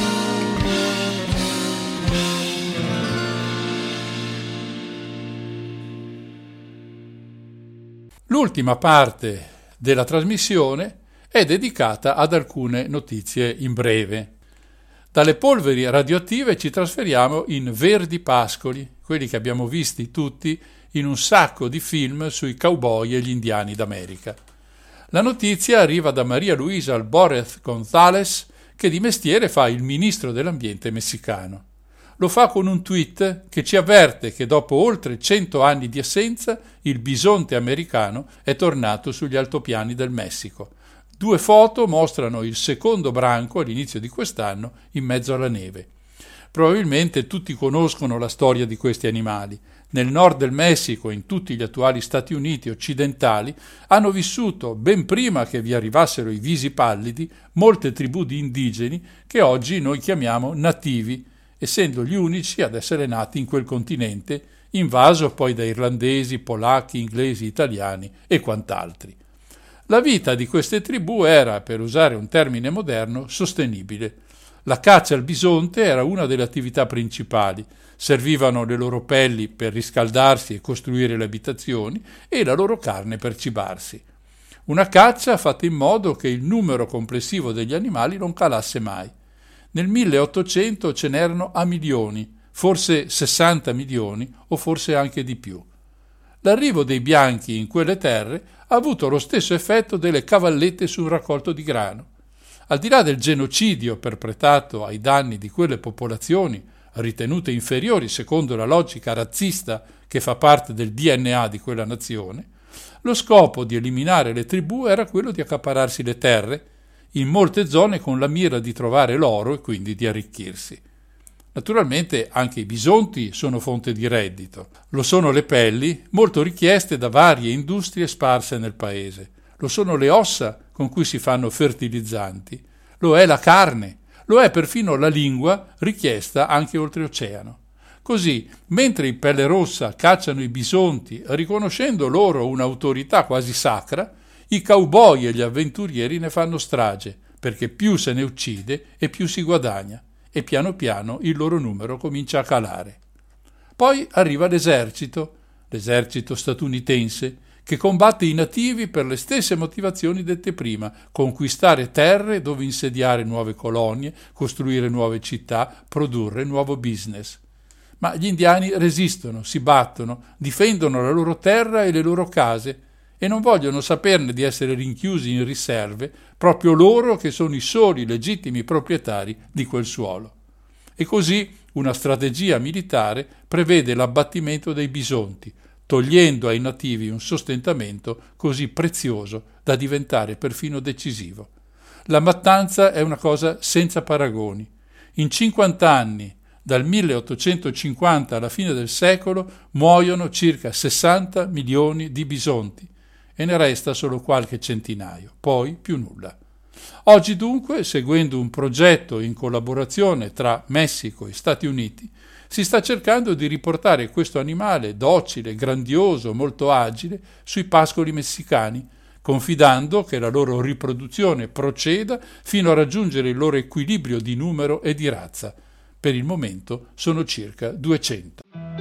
L'ultima parte della trasmissione è dedicata ad alcune notizie in breve. Dalle polveri radioattive ci trasferiamo in verdi pascoli, quelli che abbiamo visti tutti in un sacco di film sui cowboy e gli indiani d'America. La notizia arriva da Maria Luisa Alborez González, che di mestiere fa il ministro dell'ambiente messicano. Lo fa con un tweet che ci avverte che dopo oltre 100 anni di assenza il bisonte americano è tornato sugli altopiani del Messico. 2 foto mostrano il secondo branco all'inizio di quest'anno in mezzo alla neve. Probabilmente tutti conoscono la storia di questi animali. Nel nord del Messico e in tutti gli attuali Stati Uniti occidentali hanno vissuto, ben prima che vi arrivassero i visi pallidi, molte tribù di indigeni che oggi noi chiamiamo nativi, essendo gli unici ad essere nati in quel continente, invaso poi da irlandesi, polacchi, inglesi, italiani e quant'altri. La vita di queste tribù era, per usare un termine moderno, sostenibile. La caccia al bisonte era una delle attività principali. Servivano le loro pelli per riscaldarsi e costruire le abitazioni e la loro carne per cibarsi. Una caccia fatta in modo che il numero complessivo degli animali non calasse mai. Nel 1800 ce n'erano a milioni, forse 60 milioni o forse anche di più. L'arrivo dei bianchi in quelle terre ha avuto lo stesso effetto delle cavallette su un raccolto di grano. Al di là del genocidio perpetrato ai danni di quelle popolazioni, ritenute inferiori secondo la logica razzista che fa parte del DNA di quella nazione, lo scopo di eliminare le tribù era quello di accaparrarsi le terre, in molte zone con la mira di trovare l'oro e quindi di arricchirsi. Naturalmente anche i bisonti sono fonte di reddito. Lo sono le pelli, molto richieste da varie industrie sparse nel paese. Lo sono le ossa con cui si fanno fertilizzanti. Lo è la carne. Lo è perfino la lingua, richiesta anche oltreoceano. Così, mentre i Pelle Rossa cacciano i bisonti, riconoscendo loro un'autorità quasi sacra, i cowboy e gli avventurieri ne fanno strage, perché più se ne uccide e più si guadagna, e piano piano il loro numero comincia a calare. Poi arriva l'esercito statunitense, che combatte i nativi per le stesse motivazioni dette prima: conquistare terre dove insediare nuove colonie, costruire nuove città, produrre nuovo business. Ma gli indiani resistono, si battono, difendono la loro terra e le loro case e non vogliono saperne di essere rinchiusi in riserve, proprio loro che sono i soli legittimi proprietari di quel suolo. E così una strategia militare prevede l'abbattimento dei bisonti, togliendo ai nativi un sostentamento così prezioso da diventare perfino decisivo. la mattanza è una cosa senza paragoni. In 50 anni, dal 1850 alla fine del secolo, muoiono circa 60 milioni di bisonti e ne resta solo qualche centinaio, poi più nulla. Oggi dunque, seguendo un progetto in collaborazione tra Messico e Stati Uniti, si sta cercando di riportare questo animale docile, grandioso, molto agile sui pascoli messicani, confidando che la loro riproduzione proceda fino a raggiungere il loro equilibrio di numero e di razza. Per il momento sono circa 200.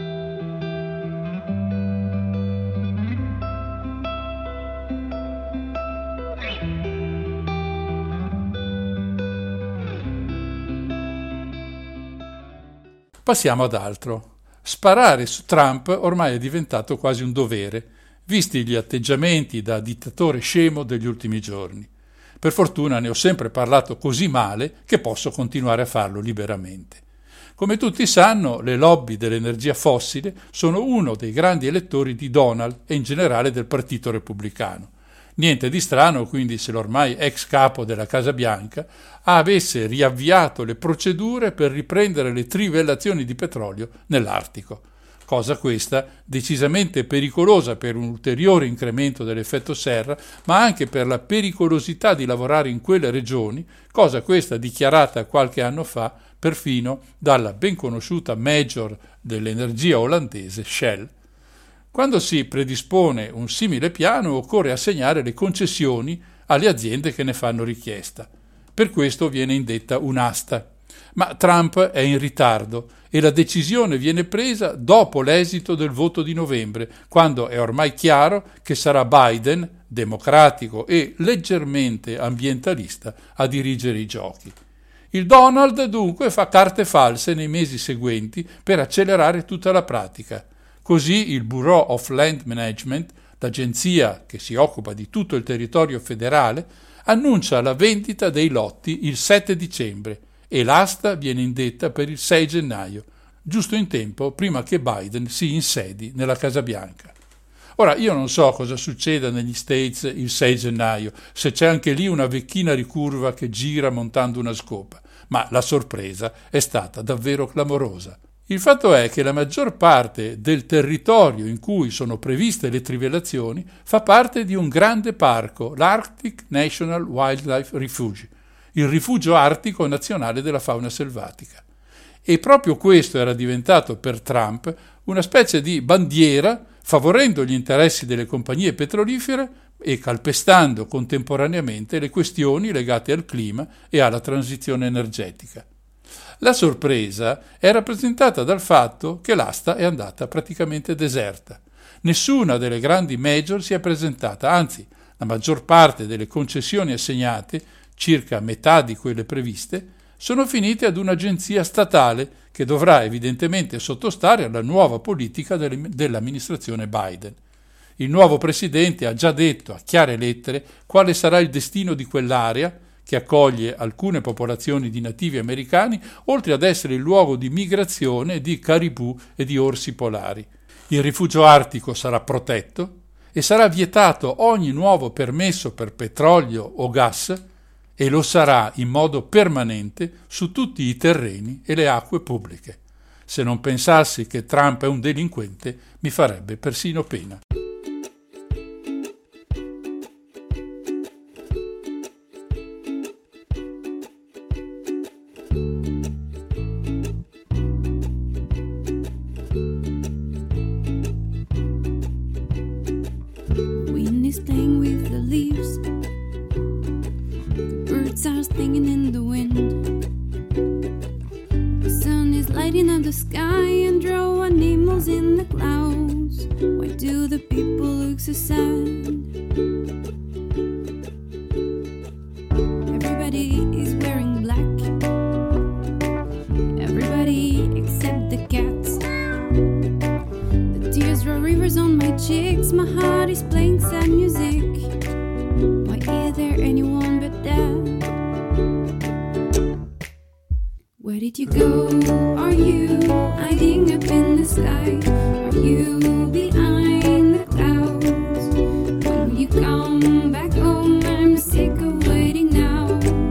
Passiamo ad altro. Sparare su Trump ormai è diventato quasi un dovere, visti gli atteggiamenti da dittatore scemo degli ultimi giorni. Per fortuna ne ho sempre parlato così male che posso continuare a farlo liberamente. Come tutti sanno, le lobby dell'energia fossile sono uno dei grandi elettori di Donald e in generale del Partito Repubblicano. Niente di strano quindi se l'ormai ex capo della Casa Bianca avesse riavviato le procedure per riprendere le trivellazioni di petrolio nell'Artico. Cosa questa decisamente pericolosa per un ulteriore incremento dell'effetto serra, ma anche per la pericolosità di lavorare in quelle regioni, cosa questa dichiarata qualche anno fa perfino dalla ben conosciuta major dell'energia olandese Shell. Quando si predispone un simile piano occorre assegnare le concessioni alle aziende che ne fanno richiesta. Per questo viene indetta un'asta. Ma Trump è in ritardo e la decisione viene presa dopo l'esito del voto di novembre, quando è ormai chiaro che sarà Biden, democratico e leggermente ambientalista, a dirigere i giochi. Il Donald dunque fa carte false nei mesi seguenti per accelerare tutta la pratica. Così il Bureau of Land Management, l'agenzia che si occupa di tutto il territorio federale, annuncia la vendita dei lotti il 7 dicembre e l'asta viene indetta per il 6 gennaio, giusto in tempo prima che Biden si insedi nella Casa Bianca. Ora, io non so cosa succeda negli States il 6 gennaio, se c'è anche lì una vecchina ricurva che gira montando una scopa, ma la sorpresa è stata davvero clamorosa. Il fatto è che la maggior parte del territorio in cui sono previste le trivellazioni fa parte di un grande parco, l'Arctic National Wildlife Refuge, il rifugio artico nazionale della fauna selvatica. E proprio questo era diventato per Trump una specie di bandiera, favorendo gli interessi delle compagnie petrolifere e calpestando contemporaneamente le questioni legate al clima e alla transizione energetica. La sorpresa è rappresentata dal fatto che l'asta è andata praticamente deserta. Nessuna delle grandi major si è presentata, anzi, la maggior parte delle concessioni assegnate, circa metà di quelle previste, sono finite ad un'agenzia statale che dovrà evidentemente sottostare alla nuova politica dell'amministrazione Biden. Il nuovo presidente ha già detto a chiare lettere quale sarà il destino di quell'area, che accoglie alcune popolazioni di nativi americani, oltre ad essere il luogo di migrazione di caribù e di orsi polari. Il rifugio artico sarà protetto e sarà vietato ogni nuovo permesso per petrolio o gas e lo sarà in modo permanente su tutti i terreni e le acque pubbliche. Se non pensassi che Trump è un delinquente, mi farebbe persino pena. Playing with the leaves, the birds are singing in the wind. The sun is lighting up the sky and drawing animals in the clouds. Why do the people look so sad? Everybody is wearing black, everybody except the cats. The tears draw rivers on my cheeks, my heart is playing sad music. Why is there anyone but that? Where did you go? Are you hiding up in the sky? Are you behind the clouds? When will you come back home? I'm sick of waiting now.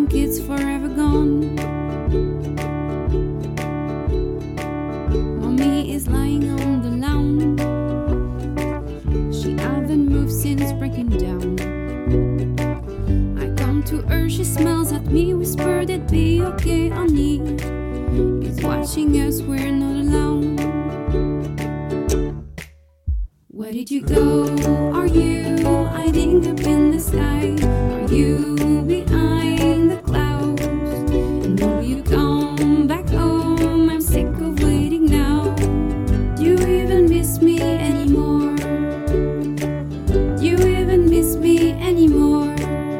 kids forever gone. Mommy is lying on the lawn. She hasn't moved since breaking down. I come to her, she smiles at me, whispered it'd be okay, honey. He's watching us, we're not alone. Where did you go? Are you hiding up in the sky? Are you behind the clouds? And will you come back home? I'm sick of waiting now. Do you even miss me anymore? Do you even miss me anymore?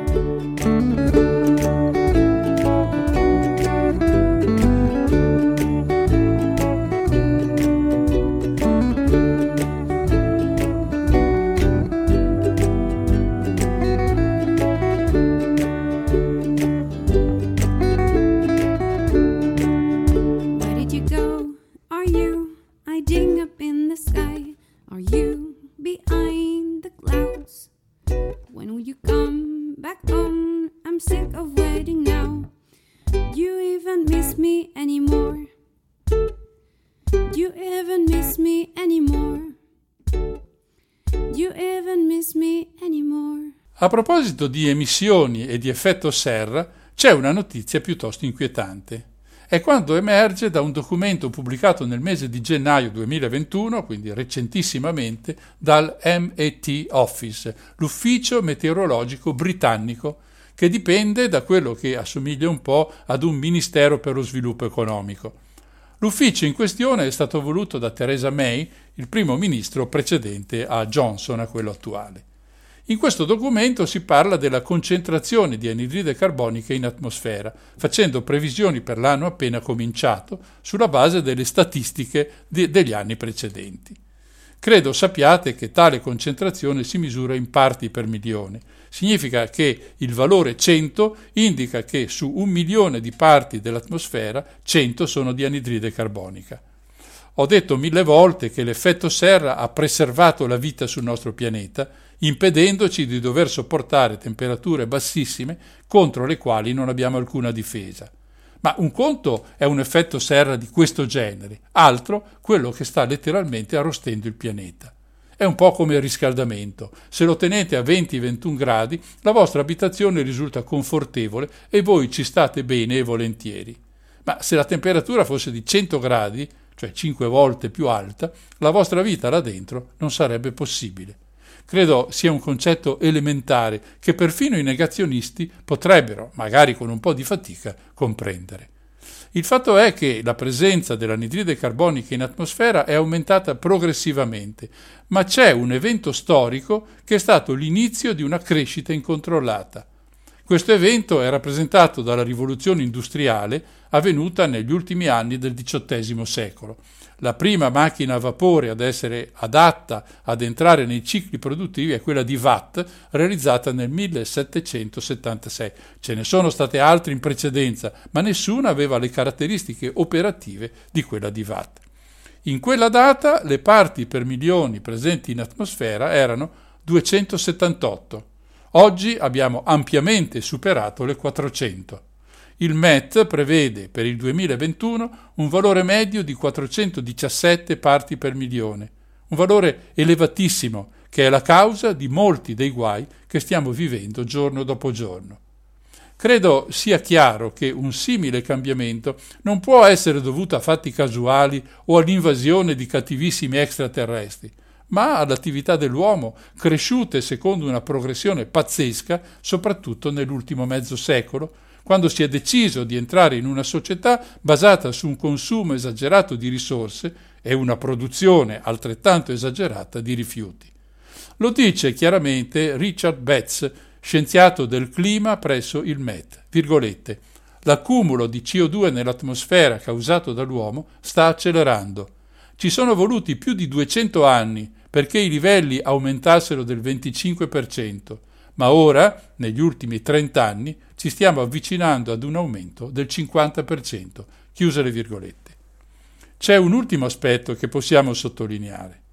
A proposito di emissioni e di effetto serra, c'è una notizia piuttosto inquietante. È quando emerge da un documento pubblicato nel mese di gennaio 2021, quindi recentissimamente, dal Met Office, l'ufficio meteorologico britannico, che dipende da quello che assomiglia un po' ad un ministero per lo sviluppo economico. L'ufficio in questione è stato voluto da Theresa May, il primo ministro precedente a Johnson, a quello attuale. In questo documento si parla della concentrazione di anidride carbonica in atmosfera, facendo previsioni per l'anno appena cominciato sulla base delle statistiche degli anni precedenti. Credo sappiate che tale concentrazione si misura in parti per milione. Significa che il valore 100 indica che su 1 milione di parti dell'atmosfera 100 sono di anidride carbonica. Ho detto 1000 volte che l'effetto serra ha preservato la vita sul nostro pianeta, impedendoci di dover sopportare temperature bassissime contro le quali non abbiamo alcuna difesa. Ma un conto è un effetto serra di questo genere, altro quello che sta letteralmente arrostendo il pianeta. È un po' come il riscaldamento. Se lo tenete a 20-21 gradi, la vostra abitazione risulta confortevole e voi ci state bene e volentieri. Ma se la temperatura fosse di 100 gradi, cioè 5 volte più alta, la vostra vita là dentro non sarebbe possibile. Credo sia un concetto elementare che perfino i negazionisti potrebbero, magari con un po' di fatica, comprendere. Il fatto è che la presenza dell'anidride carbonica in atmosfera è aumentata progressivamente, ma c'è un evento storico che è stato l'inizio di una crescita incontrollata. Questo evento è rappresentato dalla rivoluzione industriale avvenuta negli ultimi anni del XVIII secolo. La prima macchina a vapore ad essere adatta ad entrare nei cicli produttivi è quella di Watt, realizzata nel 1776. Ce ne sono state altre in precedenza, ma nessuna aveva le caratteristiche operative di quella di Watt. In quella data le parti per milioni presenti in atmosfera erano 278. Oggi abbiamo ampiamente superato le 400. Il Met prevede per il 2021 un valore medio di 417 parti per milione, un valore elevatissimo che è la causa di molti dei guai che stiamo vivendo giorno dopo giorno. Credo sia chiaro che un simile cambiamento non può essere dovuto a fatti casuali o all'invasione di cattivissimi extraterrestri, ma all'attività dell'uomo, cresciute secondo una progressione pazzesca, soprattutto nell'ultimo mezzo secolo, quando si è deciso di entrare in una società basata su un consumo esagerato di risorse e una produzione altrettanto esagerata di rifiuti. Lo dice chiaramente Richard Betts, scienziato del clima presso il Met, virgolette, l'accumulo di CO2 nell'atmosfera causato dall'uomo sta accelerando. Ci sono voluti più di 200 anni perché i livelli aumentassero del 25%, ma ora, negli ultimi 30 anni, ci stiamo avvicinando ad un aumento del 50%, chiuse le virgolette. C'è un ultimo aspetto che possiamo sottolineare.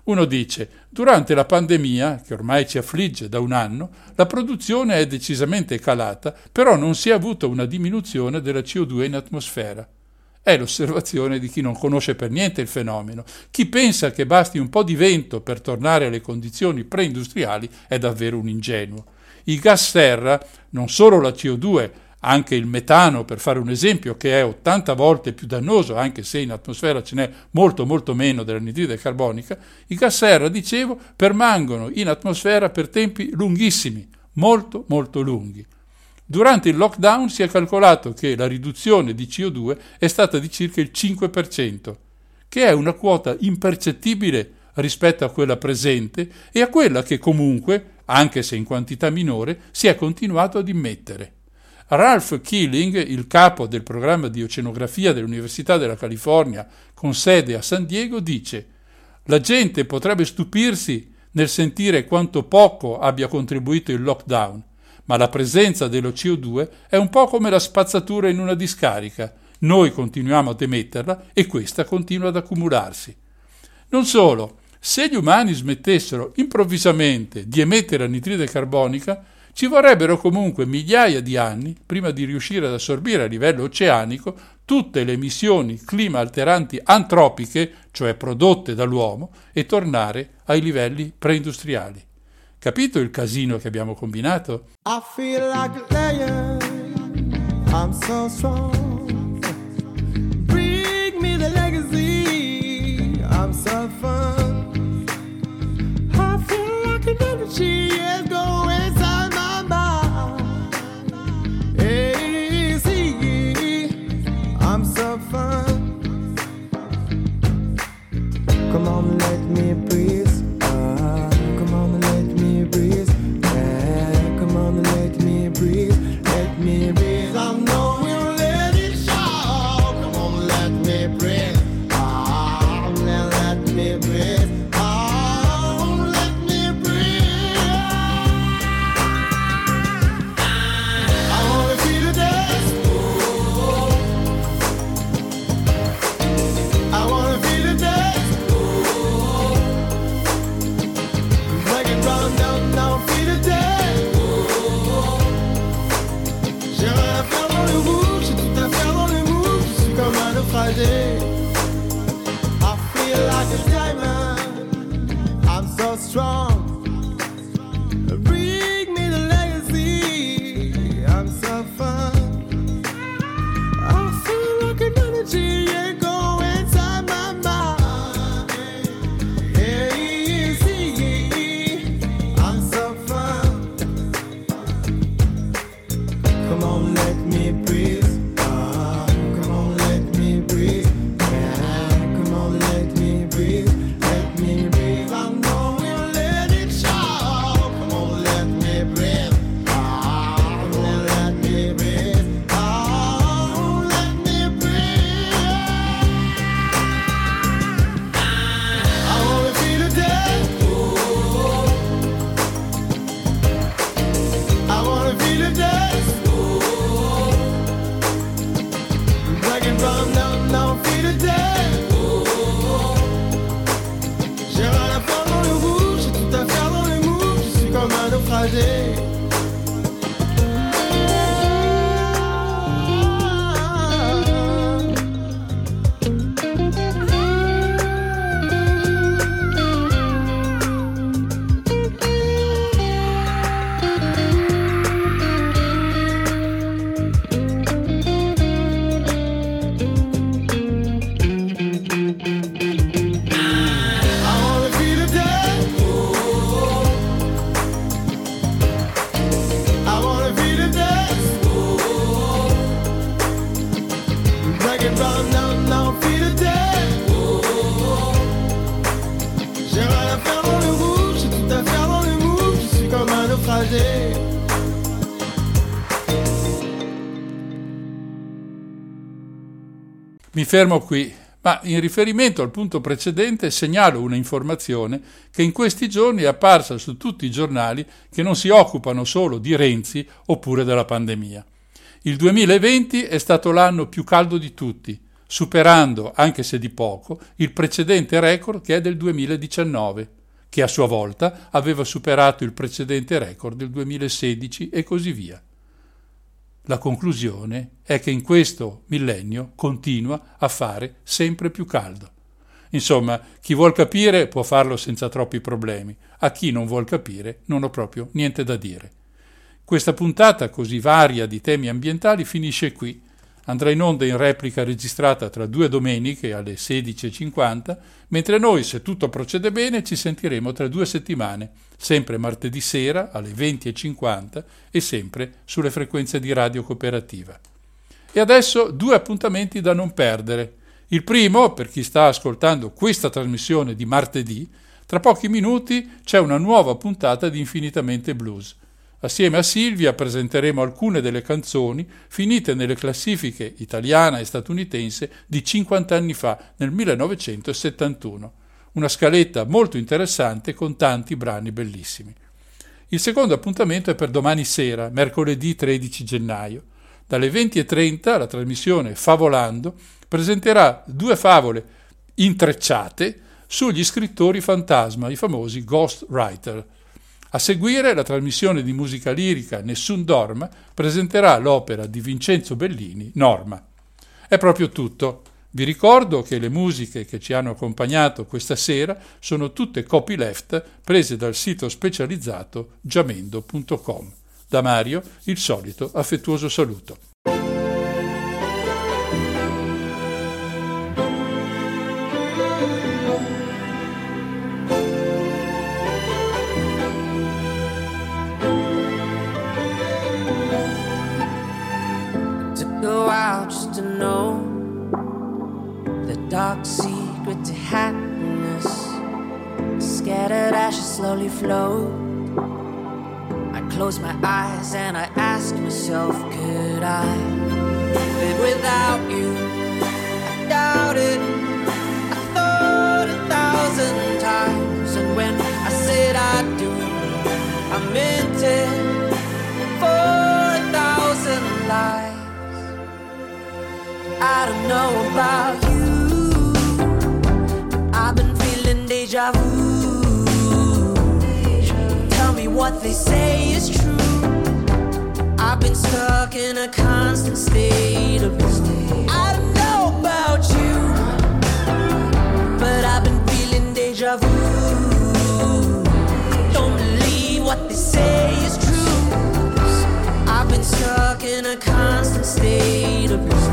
Uno dice: durante la pandemia, che ormai ci affligge da un anno, la produzione è decisamente calata, però non si è avuta una diminuzione della CO2 in atmosfera. È l'osservazione di chi non conosce per niente il fenomeno. Chi pensa che basti un po' di vento per tornare alle condizioni preindustriali è davvero un ingenuo. I gas serra, non solo la CO2, anche il metano, per fare un esempio, che è 80 volte più dannoso, anche se in atmosfera ce n'è molto molto meno dell'anidride carbonica, i gas serra, dicevo, permangono in atmosfera per tempi lunghissimi, molto molto lunghi. Durante il lockdown si è calcolato che la riduzione di CO2 è stata di circa il 5%, che è una quota impercettibile rispetto a quella presente e a quella che comunque, anche se in quantità minore, si è continuato ad immettere. Ralph Keeling, il capo del programma di oceanografia dell'Università della California con sede a San Diego, dice: «La gente potrebbe stupirsi nel sentire quanto poco abbia contribuito il lockdown, ma la presenza dello CO2 è un po' come la spazzatura in una discarica. Noi continuiamo ad emetterla e questa continua ad accumularsi». Non solo, se gli umani smettessero improvvisamente di emettere anidride carbonica, ci vorrebbero comunque migliaia di anni prima di riuscire ad assorbire a livello oceanico tutte le emissioni clima alteranti antropiche, cioè prodotte dall'uomo, e tornare ai livelli preindustriali. Capito il casino che abbiamo combinato? I feel like a lion, I'm so strong. Bring me the legacy, I'm so fun. I feel like an energy is going inside my mind. Hey, see, I'm so fun. Come on, let me breathe. Come on, let me breathe. Yeah, come on, let me breathe. Let me breathe. I know we'll let it show. Come on, let me breathe. Oh, let me breathe. Oh, let me breathe. I wanna feel the dance. I wanna feel the dance. Break it down, down, down, feel the dance. J'ai rien à faire dans le rouge, j'ai tout à faire dans le move. Je suis comme un naufragé. I feel like a diamond, I'm so strong. Bring me the legacy, I'm so fun. I feel like an energy, yeah, go inside my mind. Hey, see, I'm so fun. Come on, let me breathe. Come on, let me breathe. Yeah, come on, let me breathe. Let me breathe. I know we'll let it show. Come on, let me breathe. Come on, let me breathe. Oh, let me breathe. I wanna feel the dance. I wanna feel the dance. Black and brown, down, down, feel the dance. J'ai rien à faire dans le rouge, j'ai tout à faire dans le move. Je suis comme un naufragé. I wanna feel the dance. I wanna feel the dance. Black and brown, down, down, feel the dance. J'ai rien à faire dans le rouge, j'ai tout à faire dans le move. Je suis comme un naufragé. Mi fermo qui, ma in riferimento al punto precedente segnalo una informazione che in questi giorni è apparsa su tutti i giornali che non si occupano solo di Renzi oppure della pandemia. Il 2020 è stato l'anno più caldo di tutti, superando, anche se di poco, il precedente record che è del 2019, che a sua volta aveva superato il precedente record del 2016 e così via. La conclusione è che in questo millennio continua a fare sempre più caldo. Insomma, chi vuol capire può farlo senza troppi problemi, a chi non vuol capire non ho proprio niente da dire. Questa puntata così varia di temi ambientali finisce qui. Andrà in onda in replica registrata tra 2 domeniche alle 16:50, mentre noi, se tutto procede bene, ci sentiremo tra 2 settimane, sempre martedì sera alle 20:50 e sempre sulle frequenze di Radio Cooperativa. E adesso 2 appuntamenti da non perdere. Il primo, per chi sta ascoltando questa trasmissione di martedì, tra pochi minuti c'è una nuova puntata di Infinitamente Blues. Assieme a Silvia presenteremo alcune delle canzoni finite nelle classifiche italiana e statunitense di 50 anni fa, nel 1971. Una scaletta molto interessante con tanti brani bellissimi. Il secondo appuntamento è per domani sera, mercoledì 13 gennaio. Dalle 20:30 la trasmissione Favolando presenterà 2 favole intrecciate sugli scrittori fantasma, i famosi ghost writer. A seguire la trasmissione di musica lirica Nessun Dorma presenterà l'opera di Vincenzo Bellini, Norma. È proprio tutto. Vi ricordo che le musiche che ci hanno accompagnato questa sera sono tutte copyleft prese dal sito specializzato giamendo.com. Da Mario il solito affettuoso saluto. Just to know the dark secret to happiness. Scattered ashes slowly float. I close my eyes and I ask myself, could I live without you? I doubt it. I thought 1,000 times, and when I said I do, I meant it for 1,000 lives. I don't know about you, I've been feeling deja vu. Tell me what they say is true. I've been stuck in a constant state of blue. I don't know about you, but I've been feeling deja vu. Don't believe what they say is true. I've been stuck in a constant state of blue.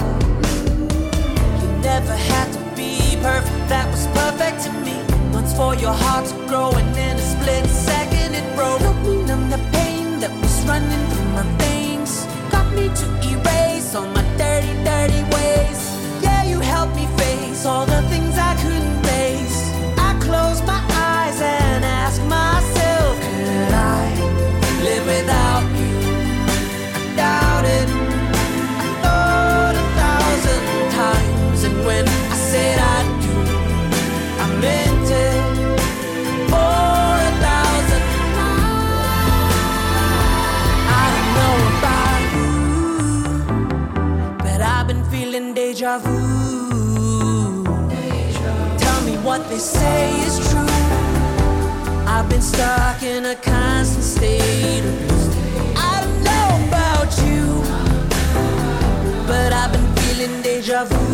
Never had to be perfect, that was perfect to me. Once for your heart to grow and in a split second it broke. Help me numb the pain that was running through my veins. Got me to erase all my dirty, dirty ways. Yeah, you helped me face all the things I couldn't face. I close my eyes and ask myself, could I live without you? I doubt it. I thought 1,000 times, and when I said I do, I meant it for 1,000 I don't know about you, but I've been feeling deja vu. Tell me what they say is true. I've been stuck in a constant state of blue. I don't know about you, but I've been feeling deja vu.